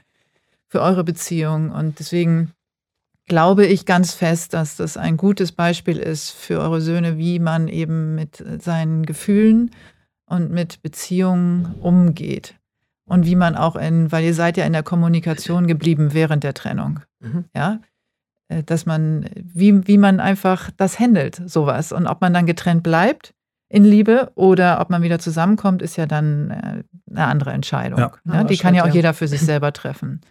Speaker 1: eure Beziehung. Und deswegen glaube ich ganz fest, dass das ein gutes Beispiel ist für eure Söhne, wie man eben mit seinen Gefühlen und mit Beziehungen umgeht. Und wie man auch weil ihr seid ja in der Kommunikation geblieben während der Trennung. Ja, dass man, wie man einfach das handelt, sowas. Und ob man dann getrennt bleibt in Liebe oder ob man wieder zusammenkommt, ist ja dann eine andere Entscheidung. Ja. Ne? Die kann ja auch jeder für sich selber treffen.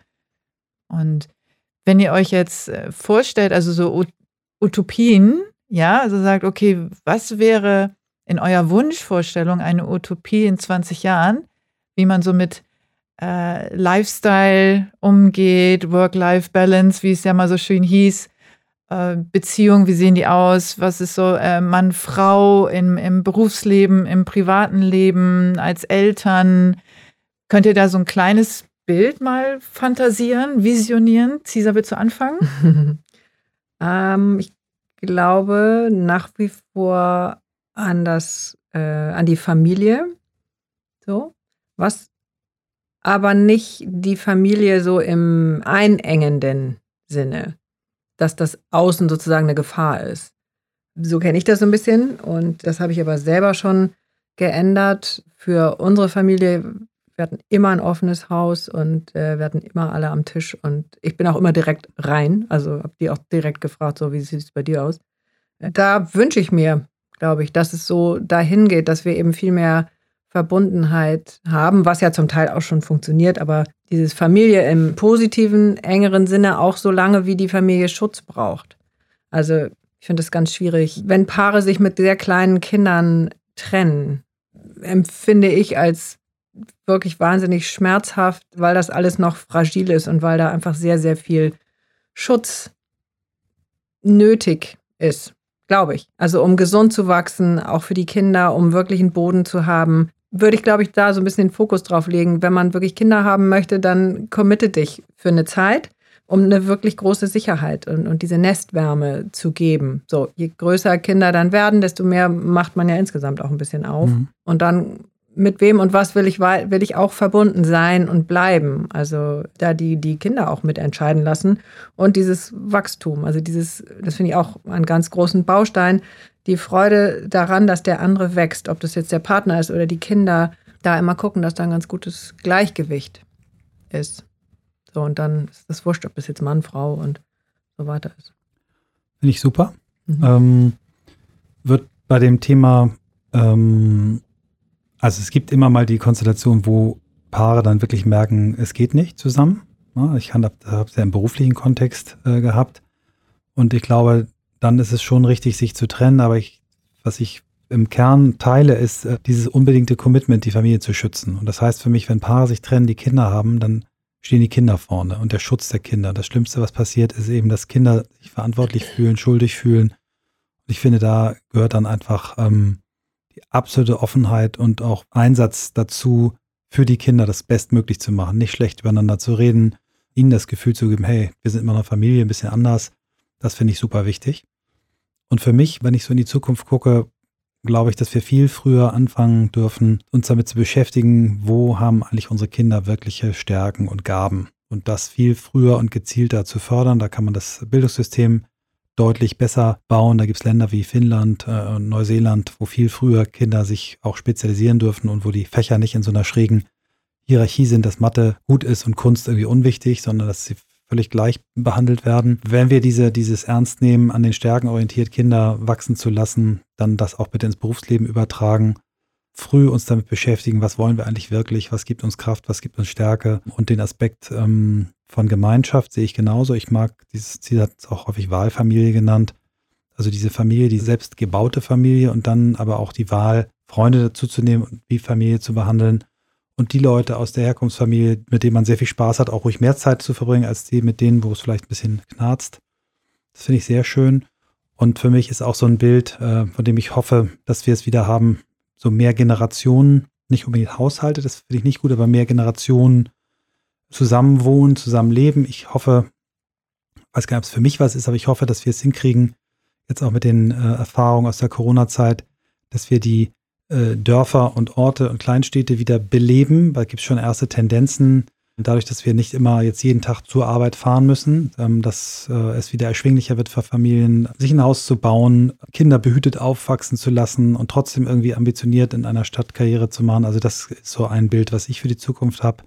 Speaker 1: Und wenn ihr euch jetzt vorstellt, also so Utopien, ja, also sagt, okay, was wäre in eurer Wunschvorstellung eine Utopie in 20 Jahren, wie man so mit Lifestyle umgeht, Work-Life-Balance, wie es ja mal so schön hieß, Beziehung, wie sehen die aus, was ist so Mann, Frau im Berufsleben, im privaten Leben, als Eltern. Könnt ihr da so ein kleines Bild mal fantasieren, visionieren? Cesar, willst du anfangen?
Speaker 2: Ich glaube nach wie vor an die Familie. So, was aber nicht die Familie so im einengenden Sinne, dass das Außen sozusagen eine Gefahr ist. So kenne ich das so ein bisschen und das habe ich aber selber schon geändert für unsere Familie. Wir hatten immer ein offenes Haus und wir hatten immer alle am Tisch und ich bin auch immer direkt rein, also habe die auch direkt gefragt, so wie sieht es bei dir aus? Da wünsche ich mir, glaube ich, dass es so dahin geht, dass wir eben viel mehr Verbundenheit haben, was ja zum Teil auch schon funktioniert, aber dieses Familie im positiven, engeren Sinne auch so lange, wie die Familie Schutz braucht. Also ich finde es ganz schwierig, wenn Paare sich mit sehr kleinen Kindern trennen, empfinde ich als wirklich wahnsinnig schmerzhaft, weil das alles noch fragil ist und weil da einfach sehr, sehr viel Schutz nötig ist, glaube ich. Also um gesund zu wachsen, auch für die Kinder, um wirklich einen Boden zu haben, würde ich, glaube ich, da so ein bisschen den Fokus drauf legen. Wenn man wirklich Kinder haben möchte, dann committe dich für eine Zeit, um eine wirklich große Sicherheit und diese Nestwärme zu geben. So, je größer Kinder dann werden, desto mehr macht man ja insgesamt auch ein bisschen auf. Und dann mit wem und was will ich auch verbunden sein und bleiben. Also da die Kinder auch mitentscheiden lassen. Und dieses Wachstum, also das finde ich auch einen ganz großen Baustein, die Freude daran, dass der andere wächst, ob das jetzt der Partner ist oder die Kinder, da immer gucken, dass da ein ganz gutes Gleichgewicht ist. So, und dann ist das wurscht, ob das jetzt Mann, Frau und so weiter ist.
Speaker 3: Finde ich super. Wird bei dem Thema, also es gibt immer mal die Konstellation, wo Paare dann wirklich merken, es geht nicht zusammen. Ich habe es ja im beruflichen Kontext gehabt. Und ich glaube, dann ist es schon richtig, sich zu trennen. Aber was ich im Kern teile, ist dieses unbedingte Commitment, die Familie zu schützen. Und das heißt für mich, wenn Paare sich trennen, die Kinder haben, dann stehen die Kinder vorne und der Schutz der Kinder. Das Schlimmste, was passiert, ist eben, dass Kinder sich verantwortlich fühlen, schuldig fühlen. Und ich finde, da gehört dann einfach die absolute Offenheit und auch Einsatz dazu, für die Kinder das bestmöglich zu machen, nicht schlecht übereinander zu reden, ihnen das Gefühl zu geben, hey, wir sind immer eine Familie, ein bisschen anders. Das finde ich super wichtig. Und für mich, wenn ich so in die Zukunft gucke, glaube ich, dass wir viel früher anfangen dürfen, uns damit zu beschäftigen, wo haben eigentlich unsere Kinder wirkliche Stärken und Gaben. Und das viel früher und gezielter zu fördern. Da kann man das Bildungssystem deutlich besser bauen. Da gibt es Länder wie Finnland und Neuseeland, wo viel früher Kinder sich auch spezialisieren dürfen und wo die Fächer nicht in so einer schrägen Hierarchie sind, dass Mathe gut ist und Kunst irgendwie unwichtig, sondern dass sie völlig gleich behandelt werden. Wenn wir dieses Ernst nehmen, an den Stärken orientiert Kinder wachsen zu lassen, dann das auch bitte ins Berufsleben übertragen, früh uns damit beschäftigen, was wollen wir eigentlich wirklich, was gibt uns Kraft, was gibt uns Stärke und den Aspekt von Gemeinschaft sehe ich genauso. Ich mag dieses Ziel, hat es auch häufig Wahlfamilie genannt, also diese Familie, die selbst gebaute Familie und dann aber auch die Wahl, Freunde dazu zu nehmen und wie Familie zu behandeln. Und die Leute aus der Herkunftsfamilie, mit denen man sehr viel Spaß hat, auch ruhig mehr Zeit zu verbringen, als die mit denen, wo es vielleicht ein bisschen knarzt. Das finde ich sehr schön. Und für mich ist auch so ein Bild, von dem ich hoffe, dass wir es wieder haben, so mehr Generationen, nicht unbedingt Haushalte, das finde ich nicht gut, aber mehr Generationen zusammenwohnen, zusammenleben. Ich hoffe, weiß gar nicht, ob es für mich was ist, aber ich hoffe, dass wir es hinkriegen, jetzt auch mit den Erfahrungen aus der Corona-Zeit, dass wir die Dörfer und Orte und Kleinstädte wieder beleben, weil es gibt schon erste Tendenzen, dadurch, dass wir nicht immer jetzt jeden Tag zur Arbeit fahren müssen, dass es wieder erschwinglicher wird für Familien, sich ein Haus zu bauen, Kinder behütet aufwachsen zu lassen und trotzdem irgendwie ambitioniert in einer Stadt Karriere zu machen. Also das ist so ein Bild, was ich für die Zukunft habe.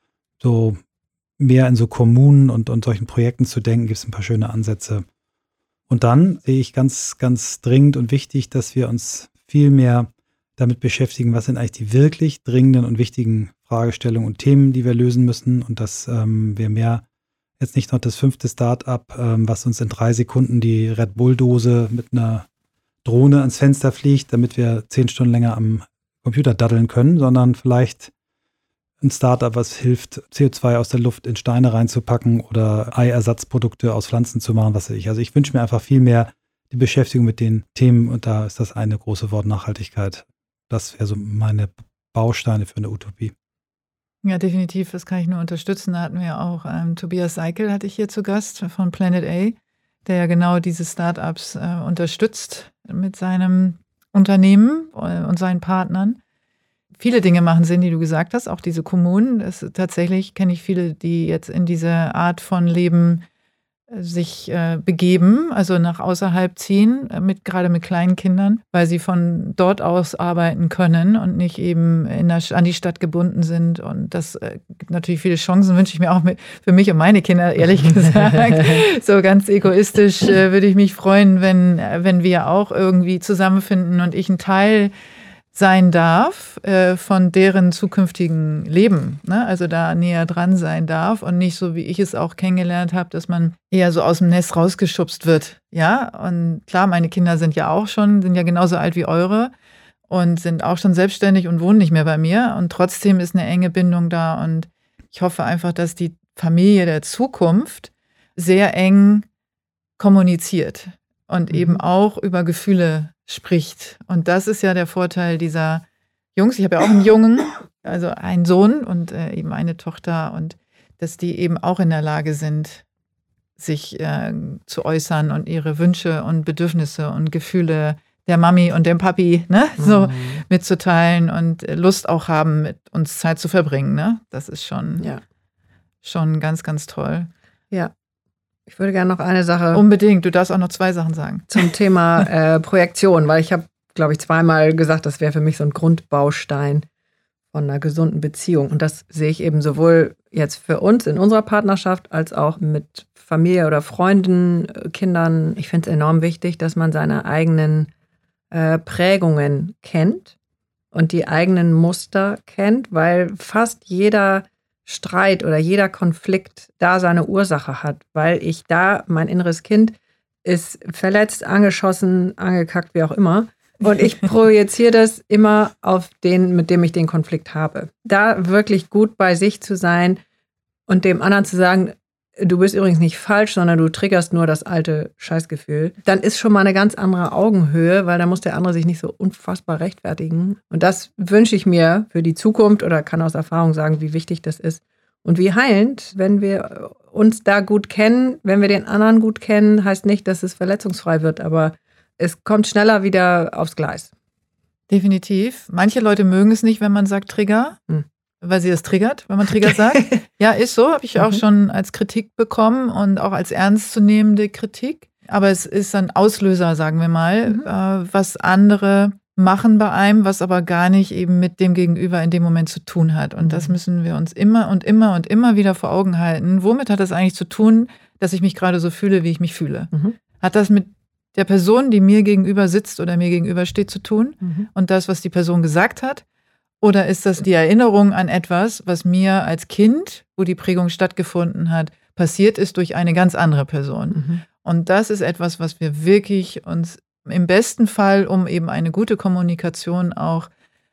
Speaker 3: So mehr in so Kommunen und solchen Projekten zu denken, gibt es ein paar schöne Ansätze. Und dann sehe ich ganz, ganz dringend und wichtig, dass wir uns viel mehr damit beschäftigen, was sind eigentlich die wirklich dringenden und wichtigen Fragestellungen und Themen, die wir lösen müssen und dass wir mehr, jetzt nicht noch das 5. Start-up, was uns in 3 Sekunden die Red Bull-Dose mit einer Drohne ans Fenster fliegt, damit wir 10 Stunden länger am Computer daddeln können, sondern vielleicht ein Start-up, was hilft, CO2 aus der Luft in Steine reinzupacken oder Eiersatzprodukte aus Pflanzen zu machen, was weiß ich. Also ich wünsche mir einfach viel mehr die Beschäftigung mit den Themen und da ist das eine große Wort Nachhaltigkeit. Das wäre so meine Bausteine für eine Utopie.
Speaker 1: Ja, definitiv, das kann ich nur unterstützen. Da hatten wir auch Tobias Seikel, hatte ich hier zu Gast von Planet A, der ja genau diese Startups unterstützt mit seinem Unternehmen und seinen Partnern. Viele Dinge machen Sinn, die du gesagt hast, auch diese Kommunen. Tatsächlich kenne ich viele, die jetzt in diese Art von Leben sich begeben, also nach außerhalb ziehen, gerade mit kleinen Kindern, weil sie von dort aus arbeiten können und nicht eben an die Stadt gebunden sind. Und das gibt natürlich viele Chancen, wünsche ich mir auch für mich und meine Kinder, ehrlich gesagt. So ganz egoistisch würde ich mich freuen, wenn wir auch irgendwie zusammenfinden und ich ein Teil sein darf von deren zukünftigen Leben, ne? Also da näher dran sein darf und nicht so, wie ich es auch kennengelernt habe, dass man eher so aus dem Nest rausgeschubst wird, ja, und klar, meine Kinder sind ja genauso alt wie eure und sind auch schon selbstständig und wohnen nicht mehr bei mir und trotzdem ist eine enge Bindung da und ich hoffe einfach, dass die Familie der Zukunft sehr eng kommuniziert und eben auch über Gefühle spricht. Und das ist ja der Vorteil dieser Jungs. Ich habe ja auch einen Jungen, also einen Sohn und eben eine Tochter und dass die eben auch in der Lage sind, sich zu äußern und ihre Wünsche und Bedürfnisse und Gefühle der Mami und dem Papi, ne, so mitzuteilen und Lust auch haben, mit uns Zeit zu verbringen, ne? Das ist schon ganz, ganz toll.
Speaker 2: Ja. Ich würde gerne noch eine Sache.
Speaker 1: Unbedingt, du darfst auch noch 2 Sachen sagen.
Speaker 2: Zum Thema Projektion, weil ich habe, glaube ich, 2-mal gesagt, das wäre für mich so ein Grundbaustein von einer gesunden Beziehung. Und das sehe ich eben sowohl jetzt für uns in unserer Partnerschaft als auch mit Familie oder Freunden, Kindern. Ich finde es enorm wichtig, dass man seine eigenen Prägungen kennt und die eigenen Muster kennt, weil fast jeder Streit oder jeder Konflikt da seine Ursache hat, weil mein inneres Kind ist verletzt, angeschossen, angekackt, wie auch immer. Und ich projiziere das immer auf den, mit dem ich den Konflikt habe. Da wirklich gut bei sich zu sein und dem anderen zu sagen, du bist übrigens nicht falsch, sondern du triggerst nur das alte Scheißgefühl, dann ist schon mal eine ganz andere Augenhöhe, weil da muss der andere sich nicht so unfassbar rechtfertigen. Und das wünsche ich mir für die Zukunft oder kann aus Erfahrung sagen, wie wichtig das ist. Und wie heilend, wenn wir uns da gut kennen, wenn wir den anderen gut kennen, heißt nicht, dass es verletzungsfrei wird, aber es kommt schneller wieder aufs Gleis.
Speaker 1: Definitiv. Manche Leute mögen es nicht, wenn man sagt Trigger. Weil sie das triggert, wenn man Trigger sagt. Ja, ist so, habe ich auch schon als Kritik bekommen und auch als ernstzunehmende Kritik. Aber es ist ein Auslöser, sagen wir mal, was andere machen bei einem, was aber gar nicht eben mit dem Gegenüber in dem Moment zu tun hat. Und das müssen wir uns immer und immer und immer wieder vor Augen halten. Womit hat das eigentlich zu tun, dass ich mich gerade so fühle, wie ich mich fühle? Hat das mit der Person, die mir gegenüber sitzt oder mir gegenüber steht, zu tun? Und das, was die Person gesagt hat? Oder ist das die Erinnerung an etwas, was mir als Kind, wo die Prägung stattgefunden hat, passiert ist durch eine ganz andere Person? Und das ist etwas, was wir wirklich uns im besten Fall, um eben eine gute Kommunikation auch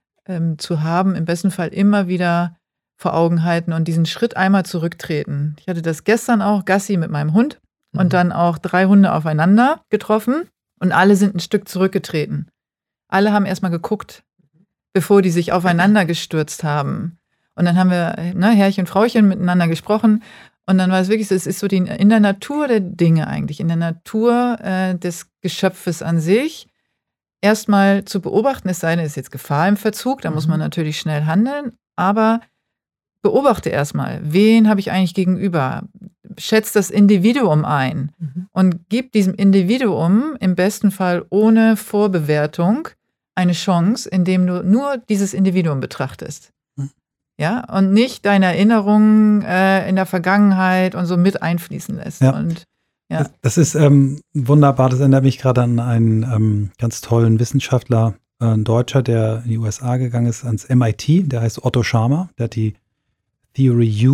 Speaker 1: zu haben, im besten Fall immer wieder vor Augen halten und diesen Schritt einmal zurücktreten. Ich hatte das gestern auch, Gassi mit meinem Hund und dann auch 3 Hunde aufeinander getroffen und alle sind ein Stück zurückgetreten. Alle haben erstmal geguckt, bevor die sich aufeinander gestürzt haben. Und dann haben wir, Herrchen, Frauchen miteinander gesprochen. Und dann war es wirklich so, es ist so in der Natur der Dinge eigentlich, in der Natur des Geschöpfes an sich, erstmal zu beobachten, es sei denn, es ist jetzt Gefahr im Verzug, da muss man natürlich schnell handeln, aber beobachte erstmal, wen habe ich eigentlich gegenüber? Schätze das Individuum ein und gib diesem Individuum im besten Fall ohne Vorbewertung eine Chance, indem du nur dieses Individuum betrachtest. Ja, und nicht deine Erinnerungen in der Vergangenheit und so mit einfließen lässt.
Speaker 3: Ja.
Speaker 1: Und,
Speaker 3: Das ist wunderbar. Das erinnert mich gerade an einen ganz tollen Wissenschaftler, ein Deutscher, der in die USA gegangen ist, ans MIT. Der heißt Otto Scharmer. Der hat die Theory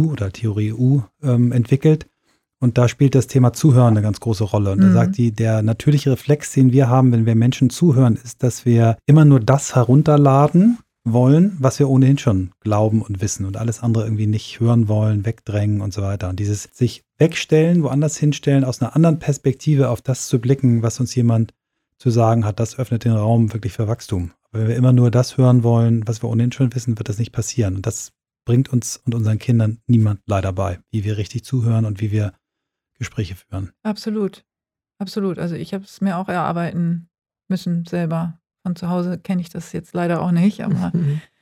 Speaker 3: U entwickelt. Und da spielt das Thema Zuhören eine ganz große Rolle. Und da sagt die, der natürliche Reflex, den wir haben, wenn wir Menschen zuhören, ist, dass wir immer nur das herunterladen wollen, was wir ohnehin schon glauben und wissen und alles andere irgendwie nicht hören wollen, wegdrängen und so weiter. Und dieses sich wegstellen, woanders hinstellen, aus einer anderen Perspektive auf das zu blicken, was uns jemand zu sagen hat, das öffnet den Raum wirklich für Wachstum. Aber wenn wir immer nur das hören wollen, was wir ohnehin schon wissen, wird das nicht passieren. Und das bringt uns und unseren Kindern niemand leider bei, wie wir richtig zuhören und wie wir Gespräche führen.
Speaker 1: Absolut. Absolut. Also ich habe es mir auch erarbeiten müssen selber. Von zu Hause kenne ich das jetzt leider auch nicht, aber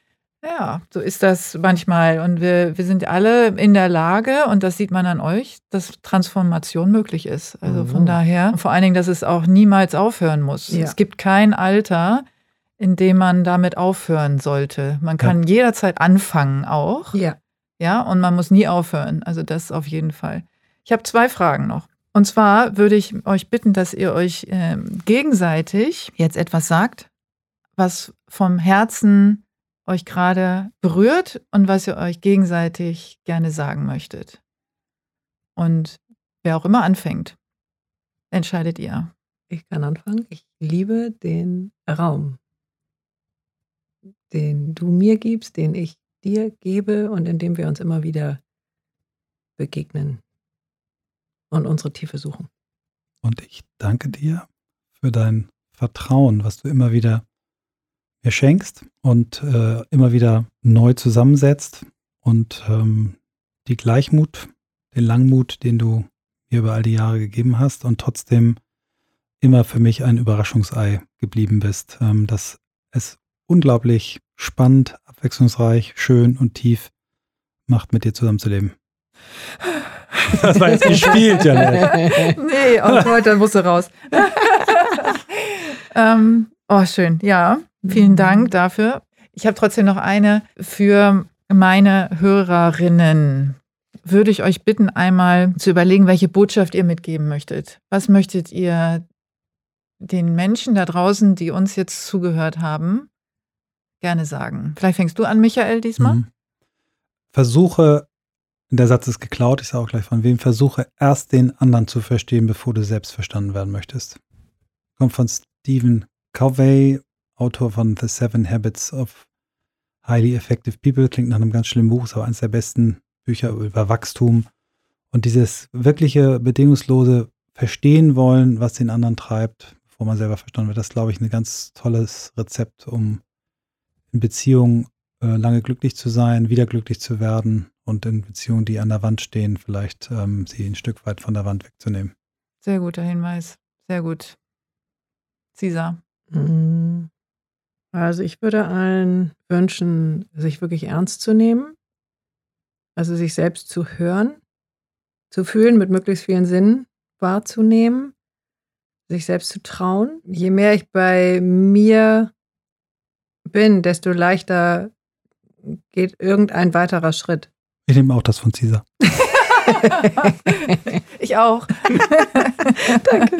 Speaker 1: ja, so ist das manchmal. Und wir sind alle in der Lage, und das sieht man an euch, dass Transformation möglich ist. Also von daher, vor allen Dingen, dass es auch niemals aufhören muss. Ja. Es gibt kein Alter, in dem man damit aufhören sollte. Man kann jederzeit anfangen auch. Ja, und man muss nie aufhören. Also das auf jeden Fall. Ich habe 2 Fragen noch. Und zwar würde ich euch bitten, dass ihr euch gegenseitig jetzt etwas sagt, was vom Herzen euch gerade berührt und was ihr euch gegenseitig gerne sagen möchtet. Und wer auch immer anfängt, entscheidet ihr.
Speaker 2: Ich kann anfangen. Ich liebe den Raum, den du mir gibst, den ich dir gebe und in dem wir uns immer wieder begegnen und unsere Tiefe suchen.
Speaker 3: Und ich danke dir für dein Vertrauen, was du immer wieder mir schenkst und immer wieder neu zusammensetzt und die Gleichmut, den Langmut, den du mir über all die Jahre gegeben hast und trotzdem immer für mich ein Überraschungsei geblieben bist, dass es unglaublich spannend, abwechslungsreich, schön und tief macht, mit dir zusammenzuleben. Das war jetzt gespielt, Janette.
Speaker 1: Nee, oh Gott, dann musst du raus. Schön. Ja, vielen Dank dafür. Ich habe trotzdem noch eine für meine Hörerinnen. Würde ich euch bitten, einmal zu überlegen, welche Botschaft ihr mitgeben möchtet. Was möchtet ihr den Menschen da draußen, die uns jetzt zugehört haben, gerne sagen? Vielleicht fängst du an, Michael, diesmal?
Speaker 3: Versuche, der Satz ist geklaut, ich sage auch gleich von wem, versuche erst den anderen zu verstehen, bevor du selbst verstanden werden möchtest. Kommt von Stephen Covey, Autor von The 7 Habits of Highly Effective People, klingt nach einem ganz schlimmen Buch, ist aber eines der besten Bücher über Wachstum. Und dieses wirkliche, bedingungslose Verstehen wollen, was den anderen treibt, bevor man selber verstanden wird, das ist, glaube ich, ein ganz tolles Rezept, um in Beziehungen lange glücklich zu sein, wieder glücklich zu werden und in Beziehungen, die an der Wand stehen, vielleicht sie ein Stück weit von der Wand wegzunehmen.
Speaker 1: Sehr guter Hinweis. Sehr gut. Cesar.
Speaker 2: Also ich würde allen wünschen, sich wirklich ernst zu nehmen, also sich selbst zu hören, zu fühlen, mit möglichst vielen Sinnen wahrzunehmen, sich selbst zu trauen. Je mehr ich bei mir bin, desto leichter geht irgendein weiterer Schritt.
Speaker 3: Ich nehme auch das von Cesar.
Speaker 1: Ich auch.
Speaker 2: Danke.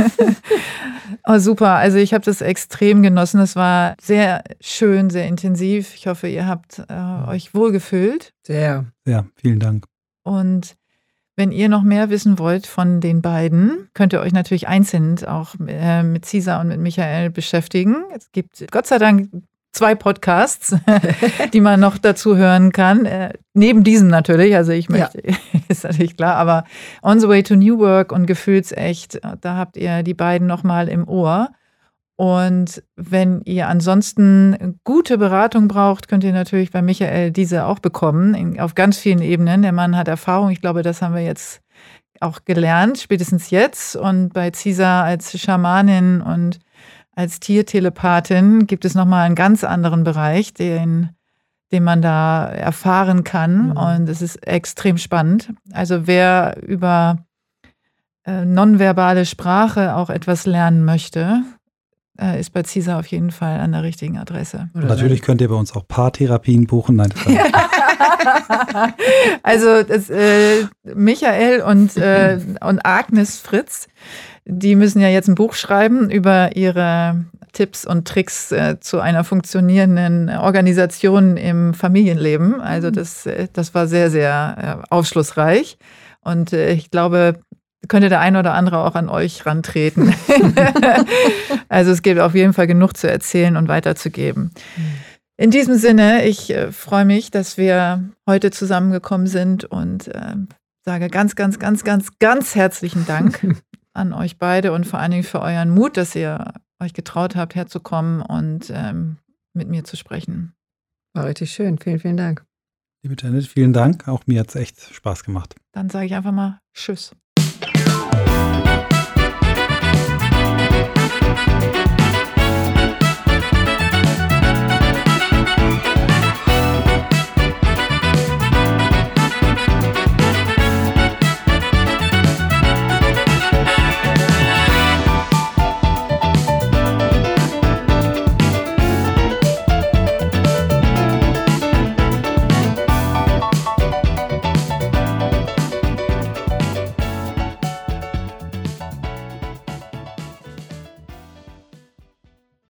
Speaker 1: Oh, super. Also ich habe das extrem genossen. Es war sehr schön, sehr intensiv. Ich hoffe, ihr habt euch wohlgefühlt.
Speaker 2: Sehr.
Speaker 3: Ja, vielen Dank.
Speaker 1: Und wenn ihr noch mehr wissen wollt von den beiden, könnt ihr euch natürlich einzeln auch mit Cesar und mit Michael beschäftigen. Es gibt Gott sei Dank 2 Podcasts, die man noch dazu hören kann. Neben diesem natürlich, also ich möchte, ist natürlich klar, aber On the Way to New Work und Gefühlsecht, da habt ihr die beiden nochmal im Ohr. Und wenn ihr ansonsten gute Beratung braucht, könnt ihr natürlich bei Michael diese auch bekommen, auf ganz vielen Ebenen. Der Mann hat Erfahrung, ich glaube, das haben wir jetzt auch gelernt, spätestens jetzt. Und bei Cesar als Schamanin und als Tiertelepathin gibt es nochmal einen ganz anderen Bereich, den man da erfahren kann. Und es ist extrem spannend. Also wer über nonverbale Sprache auch etwas lernen möchte, ist bei Cesar auf jeden Fall an der richtigen Adresse.
Speaker 3: Und natürlich könnt ihr bei uns auch Paartherapien buchen. Nein, das war
Speaker 1: also Michael und Agnes Fritz, die müssen ja jetzt ein Buch schreiben über ihre Tipps und Tricks zu einer funktionierenden Organisation im Familienleben. Also das war sehr, sehr aufschlussreich. Und ich glaube, könnte der ein oder andere auch an euch rantreten. Also es gibt auf jeden Fall genug zu erzählen und weiterzugeben. In diesem Sinne, ich freue mich, dass wir heute zusammengekommen sind und sage ganz, ganz, ganz, ganz, ganz herzlichen Dank an euch beide und vor allen Dingen für euren Mut, dass ihr euch getraut habt, herzukommen und mit mir zu sprechen.
Speaker 2: War richtig schön. Vielen, vielen Dank.
Speaker 3: Liebe Janet, vielen Dank. Auch mir hat es echt Spaß gemacht.
Speaker 1: Dann sage ich einfach mal Tschüss.